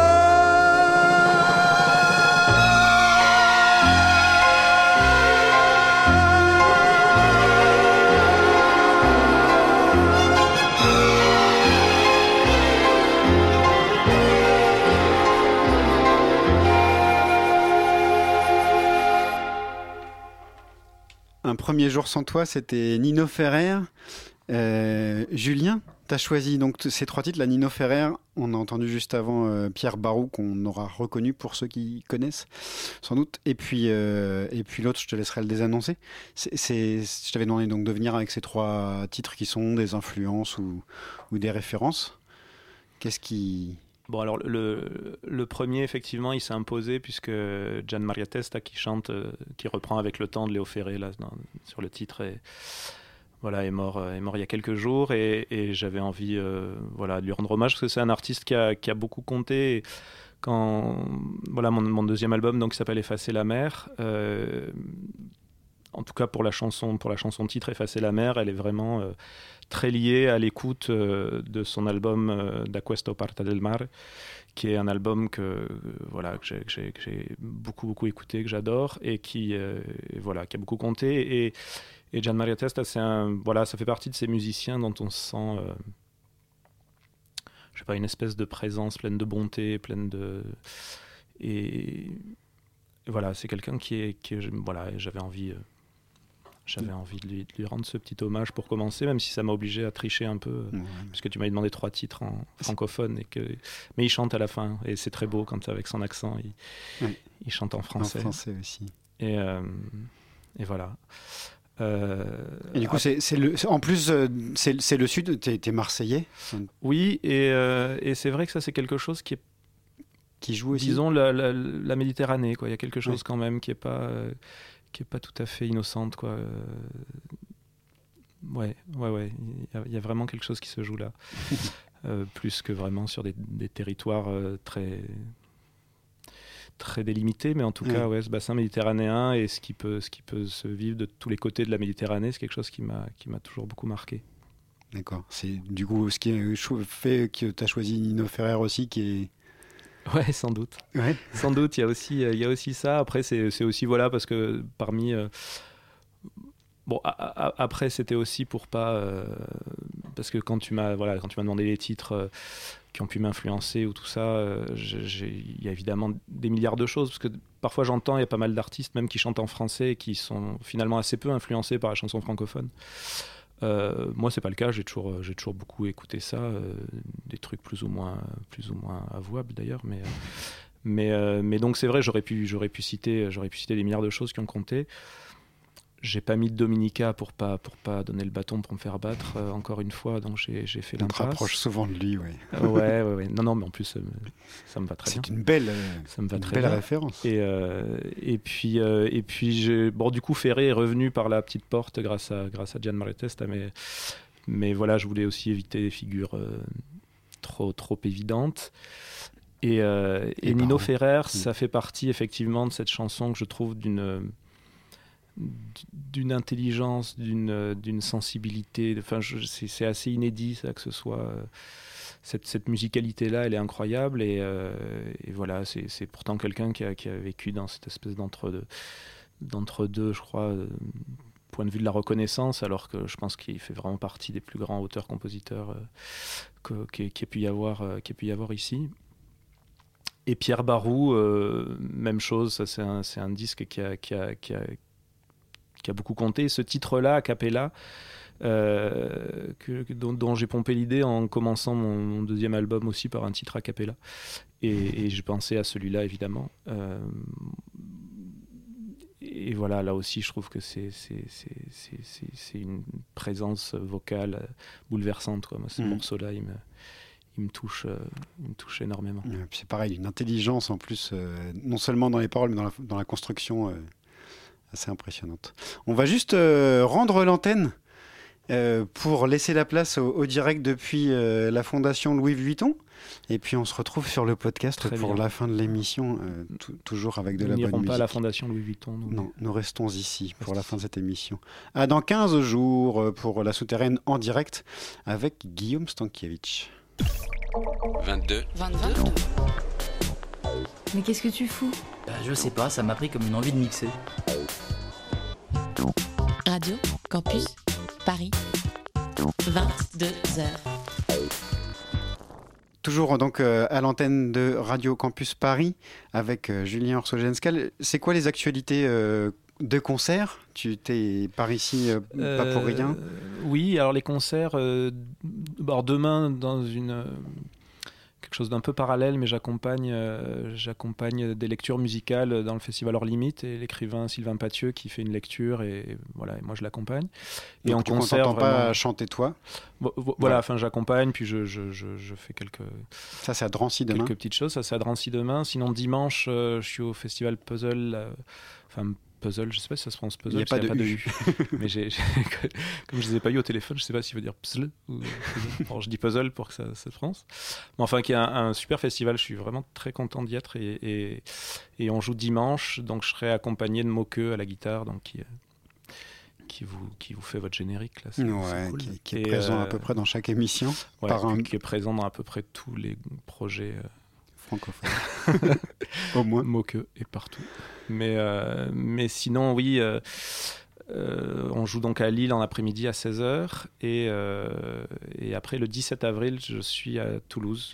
Un premier jour sans toi, c'était Nino Ferrer. Julien, tu as choisi donc ces 3 titres. La Nino Ferrer, on a entendu juste avant Pierre Barou, qu'on aura reconnu pour ceux qui connaissent, sans doute. Et puis l'autre, je te laisserai le désannoncer. Je t'avais demandé donc de venir avec ces 3 titres qui sont des influences ou des références. Qu'est-ce qui... Bon, alors le premier, effectivement, il s'est imposé puisque Gian Maria Testa qui chante, qui reprend avec le temps de Léo Ferré là, sur le titre, est mort il y a quelques jours, et j'avais envie de lui rendre hommage parce que c'est un artiste qui a beaucoup compté. Et quand mon deuxième album donc, qui s'appelle Effacer la mer, en tout cas pour la chanson titre Effacer la mer, elle est vraiment très liée à l'écoute de son album Da questo parte del mare, qui est un album que j'ai beaucoup écouté, que j'adore, et qui a beaucoup compté. Et Gian Maria Testa, ça fait partie de ces musiciens dont on sent une espèce de présence pleine de bonté, et voilà, c'est quelqu'un j'avais envie de lui rendre ce petit hommage pour commencer, même si ça m'a obligé à tricher un peu, puisque tu m'avais demandé 3 titres en francophone, mais il chante à la fin, et c'est très beau quand avec son accent, il chante en français. En français aussi. Et voilà. Et du coup, en plus, c'est le Sud, t'es Marseillais. Oui, et c'est vrai que ça, c'est quelque chose qui joue aussi. Disons la Méditerranée, quoi. Il y a quelque chose quand même qui est pas tout à fait innocente, quoi. Ouais. Il y a vraiment quelque chose qui se joue là, plus que vraiment sur des territoires très très délimités, mais en tout cas, ce bassin méditerranéen et ce qui peut se vivre de tous les côtés de la Méditerranée, c'est quelque chose qui m'a toujours beaucoup marqué. D'accord. C'est du coup ce qui fait que tu as choisi Nino Ferrer aussi, qui est... Ouais, sans doute. Ouais. Sans doute, il y a aussi ça. Après, c'est aussi, parce que parmi... après, c'était aussi pour pas... parce que quand tu m'as demandé les titres qui ont pu m'influencer ou tout ça, il y a évidemment des milliards de choses, parce que parfois j'entends, il y a pas mal d'artistes même qui chantent en français et qui sont finalement assez peu influencés par la chanson francophone. Moi, c'est pas le cas. J'ai toujours beaucoup écouté ça, des trucs plus ou moins avouables d'ailleurs, mais donc c'est vrai, j'aurais pu citer des milliards de choses qui ont compté. J'ai pas mis de Dominica pour pas donner le bâton pour me faire battre encore une fois, donc j'ai fait l'impasse. On te rapproche souvent de lui, oui. Ouais. Non, mais en plus ça me va très bien. C'est une belle, référence. Et puis du coup Ferré est revenu par la petite porte grâce à Gian Maria Testa, mais voilà, je voulais aussi éviter des figures trop évidentes. Et Nino Ferrer, ça fait partie effectivement de cette chanson que je trouve d'une intelligence, d'une sensibilité. Enfin, c'est assez inédit, ça, que ce soit cette musicalité-là, elle est incroyable. Et voilà, c'est pourtant quelqu'un qui a vécu dans cette espèce d'entre-deux, je crois, point de vue de la reconnaissance, alors que je pense qu'il fait vraiment partie des plus grands auteurs-compositeurs qu'il y ait pu y avoir ici. Et Pierre Barou, même chose, ça c'est un disque qui a beaucoup compté. Ce titre-là, a cappella, dont j'ai pompé l'idée en commençant mon deuxième album aussi par un titre a cappella. Et je pensais à celui-là, évidemment. Et voilà, là aussi, je trouve que c'est une présence vocale bouleversante, quoi. Moi, ce morceau-là, il me touche énormément. C'est pareil, une intelligence en plus, non seulement dans les paroles, mais dans la construction, assez impressionnante. On va juste rendre l'antenne pour laisser la place au direct depuis la Fondation Louis Vuitton. Et puis on se retrouve sur le podcast pour la fin de l'émission, toujours avec de la bonne musique. Nous n'irons pas à la Fondation Louis Vuitton. Non, nous restons ici pour la fin de cette émission. Dans 15 jours pour La Souterraine en direct avec Guillaume Stankiewicz. 22. Mais qu'est-ce que tu fous ? Je sais pas, ça m'a pris comme une envie de mixer. Radio Campus Paris, 22h. Toujours donc à l'antenne de Radio Campus Paris avec Julien Orso-Genskal. C'est quoi les actualités de concerts ? Tu t'es par ici pas pour rien ? Oui, alors les concerts, demain dans quelque chose d'un peu parallèle, mais j'accompagne des lectures musicales dans le festival Hors Limite, et l'écrivain Sylvain Pathieu qui fait une lecture, et voilà, et moi je l'accompagne. Et en concert, vraiment... pas chanter toi. Voilà, enfin j'accompagne, puis je fais quelques. Ça c'est à Drancy demain. Quelques petites choses, ça c'est à Drancy demain. Sinon dimanche, je suis au festival Puzzle. Puzzle, je sais pas si ça se prononce puzzle. Il n'y a pas de U. Mais comme je les ai pas eu au téléphone, je sais pas s'il veut dire puzzle ou alors je dis puzzle pour que ça se prononce. Mais enfin, qui est un super festival, je suis vraiment très content d'y être, et on joue dimanche, donc je serai accompagné de Moqueux à la guitare, donc qui vous fait votre générique là. C'est cool. Qui est présent à peu près dans chaque émission. Qui est présent dans à peu près tous les projets francophones. Au moins. Moqueux et partout. Mais sinon, oui, on joue donc à Lille en après-midi à 16h. Et après, le 17 avril, je suis à Toulouse.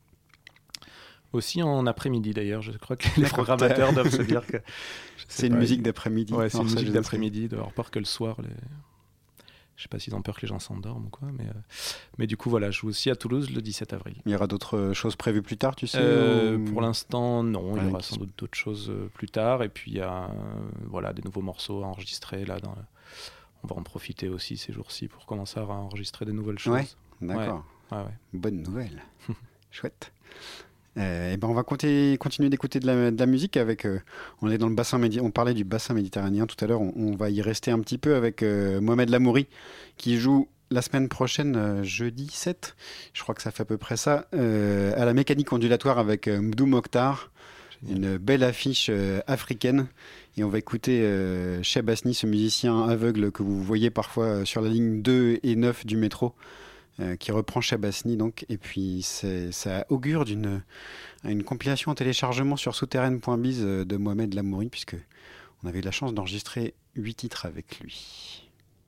Aussi en après-midi, d'ailleurs. Je crois que les programmateurs doivent se dire que... C'est une musique d'après-midi. Ouais, c'est une musique d'après-midi, d'avoir peur que le soir... Je sais pas s'ils ont peur que les gens s'endorment ou quoi, mais du coup voilà, je joue aussi à Toulouse le 17 avril. Il y aura d'autres choses prévues plus tard, tu sais Pour l'instant, non. Il y aura sans doute d'autres choses plus tard, et puis il y a des nouveaux morceaux à enregistrer là. On va en profiter aussi ces jours-ci pour commencer à enregistrer des nouvelles choses. Ouais, d'accord. Ouais. Bonne nouvelle. Chouette. On va continuer d'écouter de la musique avec. On est dans le bassin on parlait du bassin méditerranéen tout à l'heure. On va y rester un petit peu avec Mohamed Lamouri qui joue la semaine prochaine, jeudi 7. Je crois que ça fait à peu près ça. À la mécanique ondulatoire avec Mdou Mokhtar. Génial. Une belle affiche africaine. Et on va écouter Cheb Asni, ce musicien aveugle que vous voyez parfois sur la ligne 2 et 9 du métro. Qui reprend Cheb Asni donc, et puis ça augure d'une compilation en téléchargement sur souterraine.biz de Mohamed Lamouri, puisque on avait eu la chance d'enregistrer 8 titres avec lui.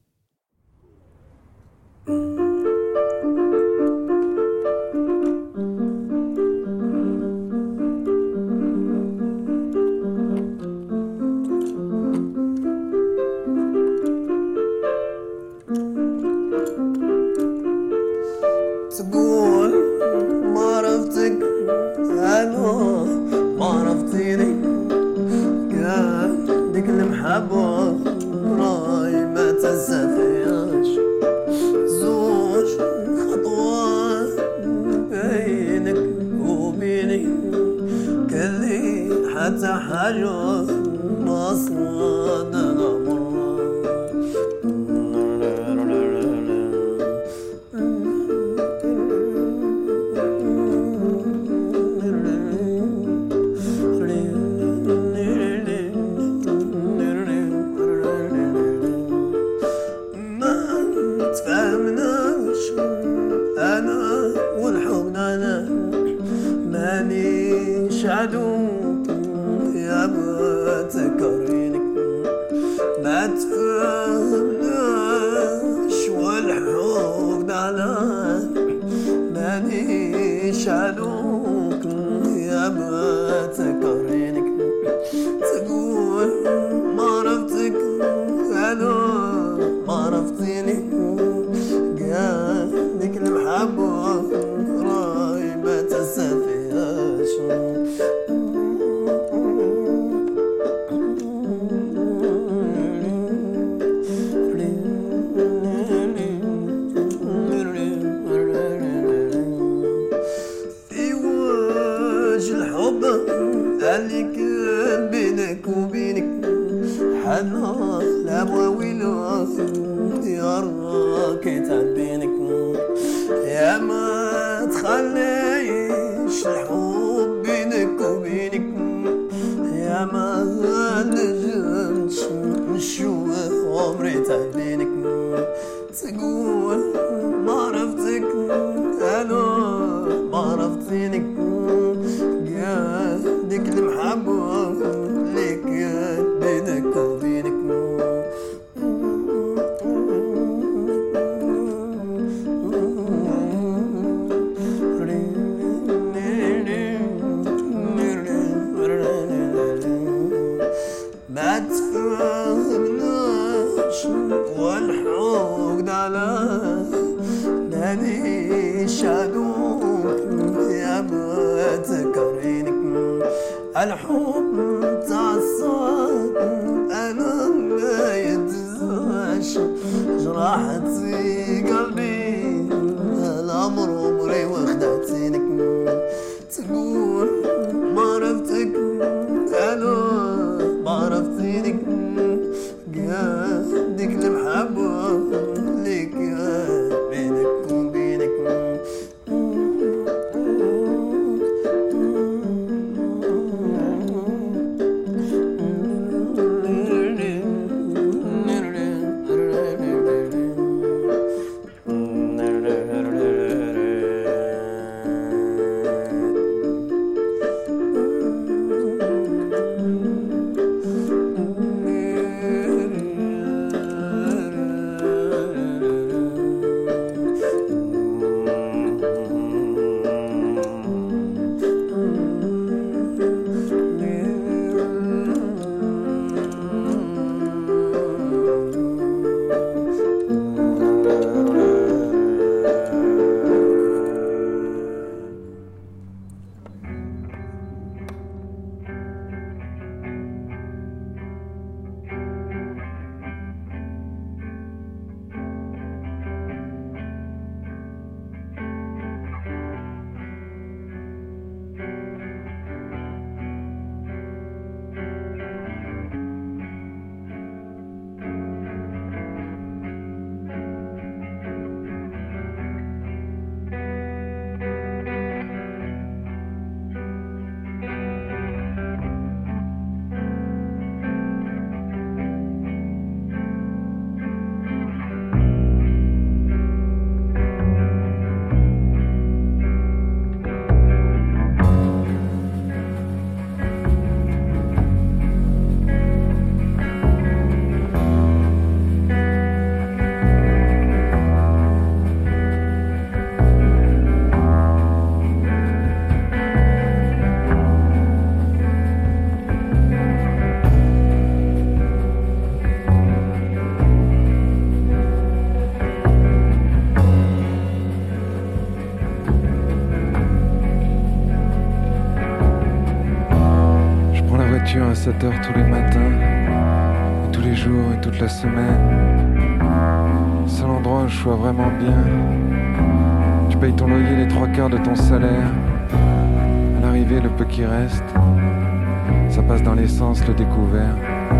تقول ما عرفتك انا ما عرفتيني كان ديك المحبة راي ما تنسافياش زوج خطوات بينك وبيني كان لي حتى حاجة ناقصة انا مرة عدوك يا ما تكرهني ما تفهمناش والحب على مانيش عدوك يا ما تكرهني تقول ما عرفتك انا ما عرفتيني عاش الحب بينك وبينك يا ما نجمش نشوف عمري تعبينك تقول ما عرفتك انا ما عرفتينك ديك المحبة اللي كانت بينك وبينك ما تفهمناش والحقد على لاني شادوك يا ما تكرهينك الحب تاع الصاد انا ما يتزاش جراحتي قلبي الامر عمري وخدعتينك تقول ما عرفتك انا ما عرفتينك قدك المحبة اللي كانت بينك وبينك À 7h tous les matins, et tous les jours et toute la semaine. C'est l'endroit où je sois vraiment bien. Tu payes ton loyer les 3/4 de ton salaire. À l'arrivée, le peu qui reste, ça passe dans l'essence, le découvert.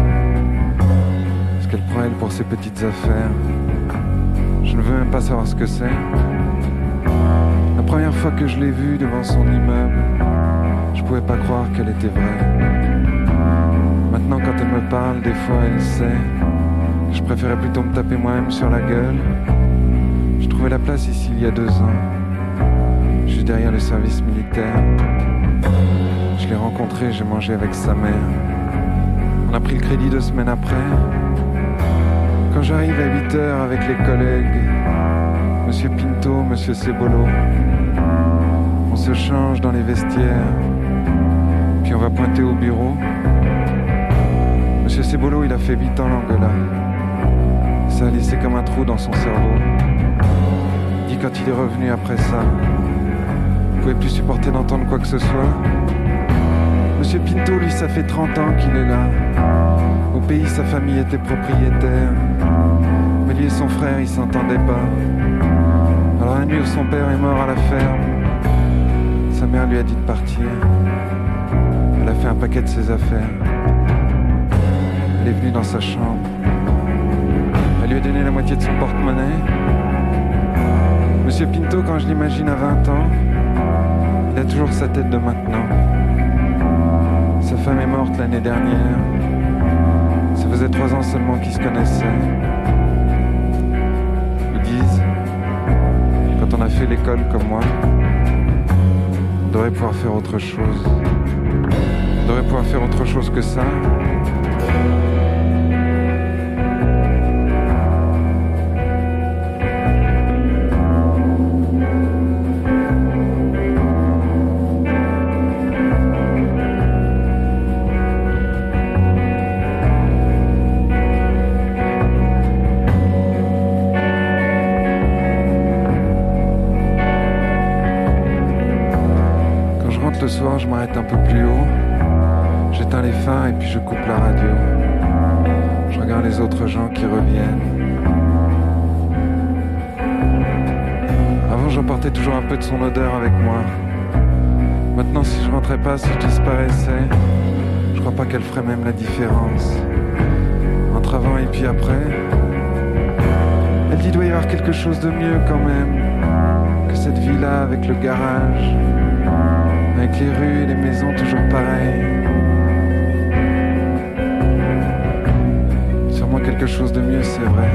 Ce qu'elle prend elle pour ses petites affaires, je ne veux même pas savoir ce que c'est. La première fois que je l'ai vue devant son immeuble, je pouvais pas croire qu'elle était vraie. Maintenant quand elle me parle, des fois elle sait que je préférais plutôt me taper moi-même sur la gueule. J'ai trouvé la place ici il y a 2 ans, juste derrière le service militaire. Je l'ai rencontrée, j'ai mangé avec sa mère. On a pris le crédit 2 semaines après. Quand j'arrive à 8h avec les collègues, Monsieur Pinto, Monsieur Cebolo, on se change dans les vestiaires, puis on va pointer au bureau. Monsieur Cebolo, il a fait 8 ans l'Angola. Ça a laissé comme un trou dans son cerveau. Il dit quand il est revenu après ça, il pouvait plus supporter d'entendre quoi que ce soit. Monsieur Pinto, lui, ça fait 30 ans qu'il est là. Au pays, sa famille était propriétaire. Mais lui et son frère, ils s'entendaient pas. Alors la nuit où son père est mort à la ferme, sa mère lui a dit de partir. Elle a fait un paquet de ses affaires. Elle est venue dans sa chambre. Elle lui a donné la moitié de son porte-monnaie. Monsieur Pinto, quand je l'imagine à 20 ans, Il a toujours sa tête de maintenant. Sa femme est morte l'année dernière. Ça faisait 3 ans seulement qu'ils se connaissaient. Ils disent, quand on a fait l'école comme moi, on devrait pouvoir faire autre chose. On devrait pouvoir faire autre chose que ça. Le soir, je m'arrête un peu plus haut, j'éteins les phares et puis je coupe la radio. Je regarde les autres gens qui reviennent. Avant, j'emportais toujours un peu de son odeur avec moi. Maintenant, si je rentrais pas, si je disparaissais, je crois pas qu'elle ferait même la différence. Entre avant et puis après, elle dit qu'il doit y avoir quelque chose de mieux quand même que cette vie-là avec le garage. Avec les rues et les maisons toujours pareilles. Sûrement quelque chose de mieux, c'est vrai.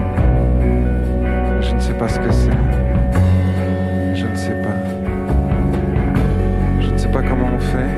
Je ne sais pas ce que c'est. Je ne sais pas. Je ne sais pas comment on fait.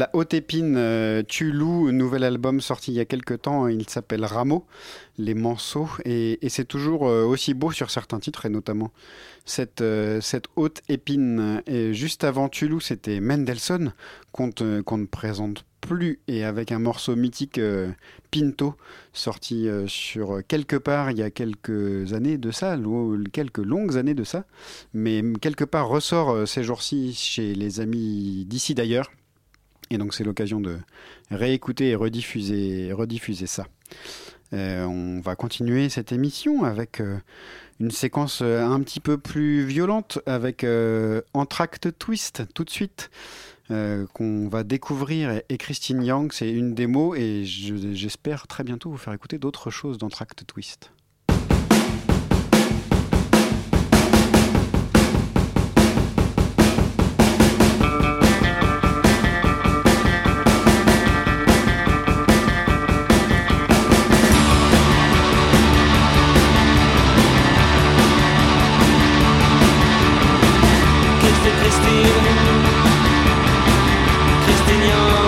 la Haute Épine, Tulou, nouvel album sorti il y a quelques temps, il s'appelle Rameau, les Manceaux, et c'est toujours aussi beau sur certains titres, et notamment cette Haute Épine. Et juste avant Tulou, c'était Mendelssohn, qu'on ne présente plus, et avec un morceau mythique, Pinto, sorti sur Quelque part il y a quelques années de ça, quelques longues années de ça, mais Quelque part ressort ces jours-ci chez les amis d'ici d'ailleurs, et donc c'est l'occasion de réécouter et rediffuser ça. On va continuer cette émission avec une séquence un petit peu plus violente, avec Entr'acte Twist tout de suite, qu'on va découvrir, et Christine Yang, c'est une démo, et j'espère très bientôt vous faire écouter d'autres choses d'Entr'acte Twist.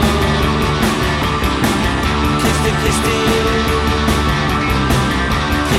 Christine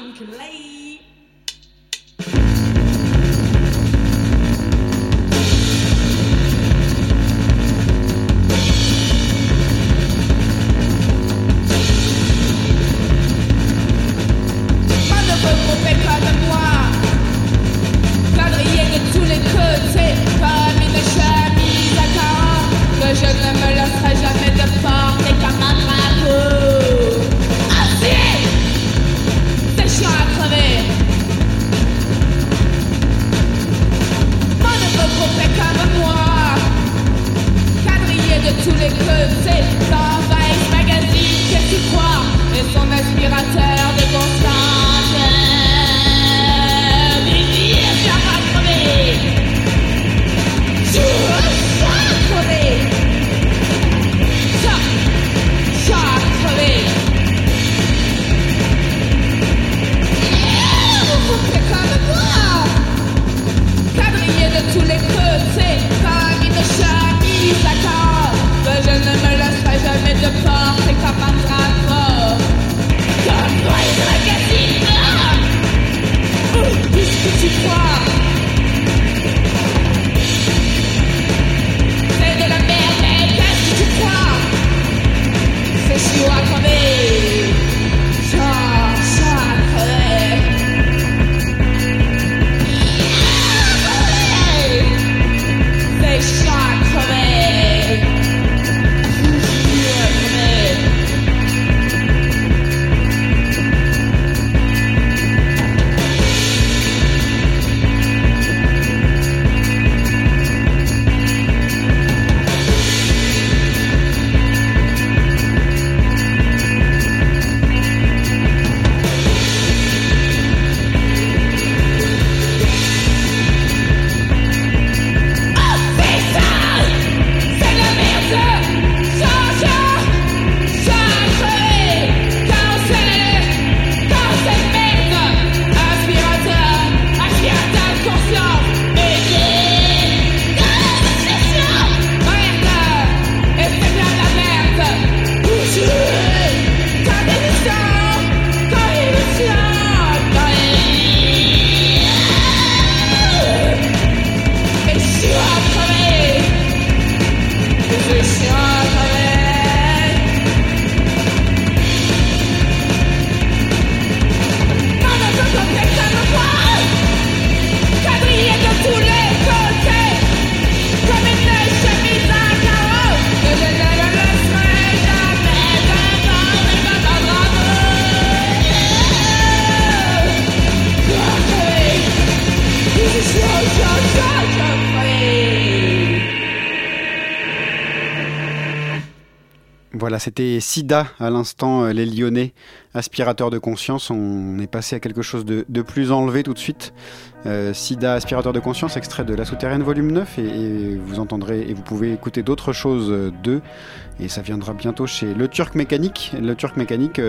Voilà, c'était Sida à l'instant, les Lyonnais, aspirateur de conscience. On est passé à quelque chose de plus enlevé tout de suite. Sida, aspirateur de conscience, extrait de La Souterraine volume 9 et vous entendrez et vous pouvez écouter d'autres choses d'eux et ça viendra bientôt chez Le Turc Mécanique. Le Turc Mécanique,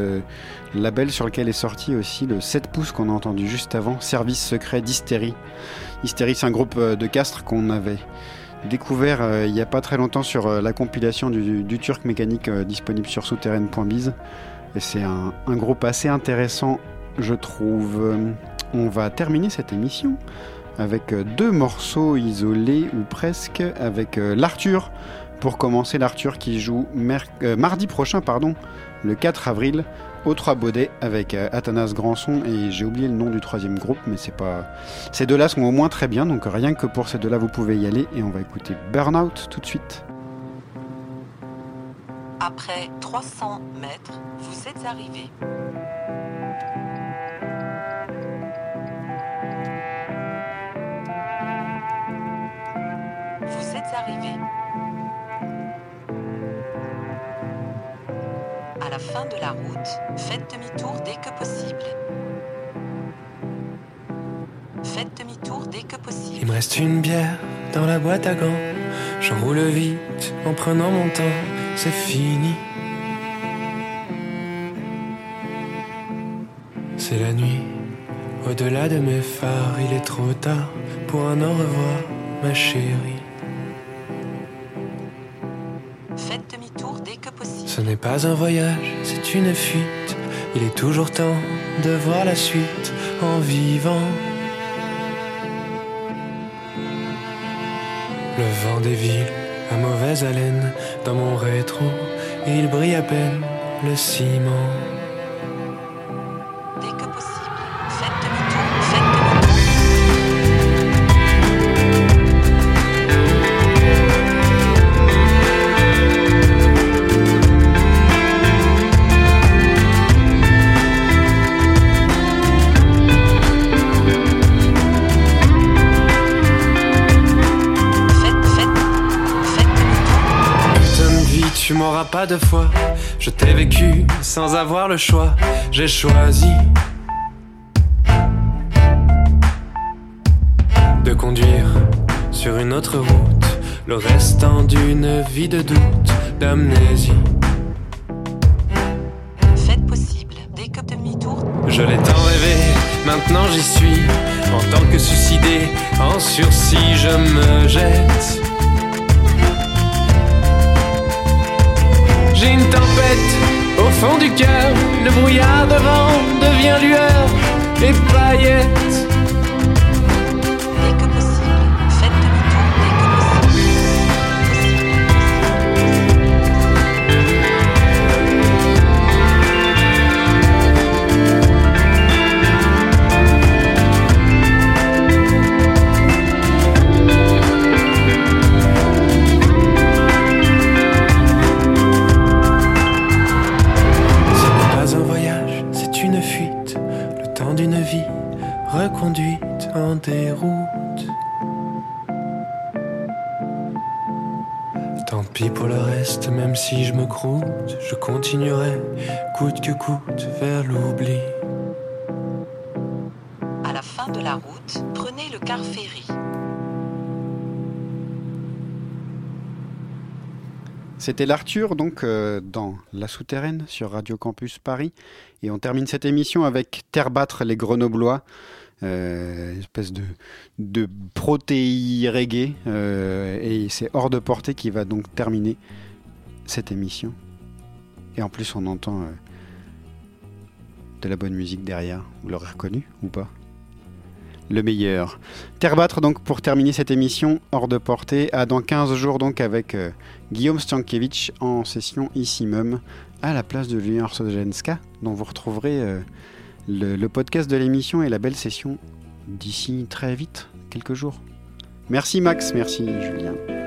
label sur lequel est sorti aussi le 7 pouces qu'on a entendu juste avant, Service secret d'Hystérie. Hystérie, c'est un groupe de Castres qu'on avait découvert il n'y a pas très longtemps sur la compilation du Turc Mécanique disponible sur souterraine.biz et c'est un groupe assez intéressant je trouve. On va terminer cette émission avec 2 morceaux isolés ou presque avec l'Arthur pour commencer, l'Arthur qui joue mardi prochain le 4 avril au 3 Baudets avec Athanas Granson et j'ai oublié le nom du 3e groupe mais c'est pas... Ces deux-là sont au moins très bien donc rien que pour ces deux-là vous pouvez y aller et on va écouter Burnout tout de suite. Après 300 mètres, vous êtes arrivé. Vous êtes arrivé. À la fin de la route, faites demi-tour dès que possible. Faites demi-tour dès que possible. Il me reste une bière dans la boîte à gants. J'enroule vite en prenant mon temps. C'est fini. C'est la nuit. Au-delà de mes phares, il est trop tard pour un au revoir, ma chérie. Faites demi-tour dès que possible. Ce n'est pas un voyage, c'est une fuite. Il est toujours temps de voir la suite en vivant. Le vent des villes a mauvaise haleine dans mon rétro. Il brille à peine le ciment. Dès que possible, faites demi-tour, faites demi-tour. Tu m'auras pas deux fois, je t'ai vécu sans avoir le choix. J'ai choisi de conduire sur une autre route, le restant d'une vie de doute, d'amnésie. Faites possible, dès que demi-tour. Je l'ai tant rêvé, maintenant j'y suis. En tant que suicidé, en sursis je me jette. J'ai une tempête au fond du cœur, le brouillard devant devient lueur et paillettes. Dès que possible, faites demi-tour, dès que possible. Reconduite en déroute. Tant pis pour le reste, même si je me croûte, je continuerai, coûte que coûte, vers l'oubli. À la fin de la route, prenez le car ferry. C'était l'Arthur, donc, dans La Souterraine sur Radio Campus Paris. Et on termine cette émission avec Terre battre les Grenoblois, espèce de protéi reggae. Et c'est Hors de portée qui va donc terminer cette émission. Et en plus, on entend de la bonne musique derrière. Vous l'aurez reconnu ou pas ? Le meilleur. Terre battre donc pour terminer cette émission Hors de portée. À dans 15 jours donc avec Guillaume Stankiewicz en session ici même à la place de Julien Orsogenska, dont vous retrouverez le podcast de l'émission et la belle session d'ici très vite, quelques jours. Merci Max, merci Julien.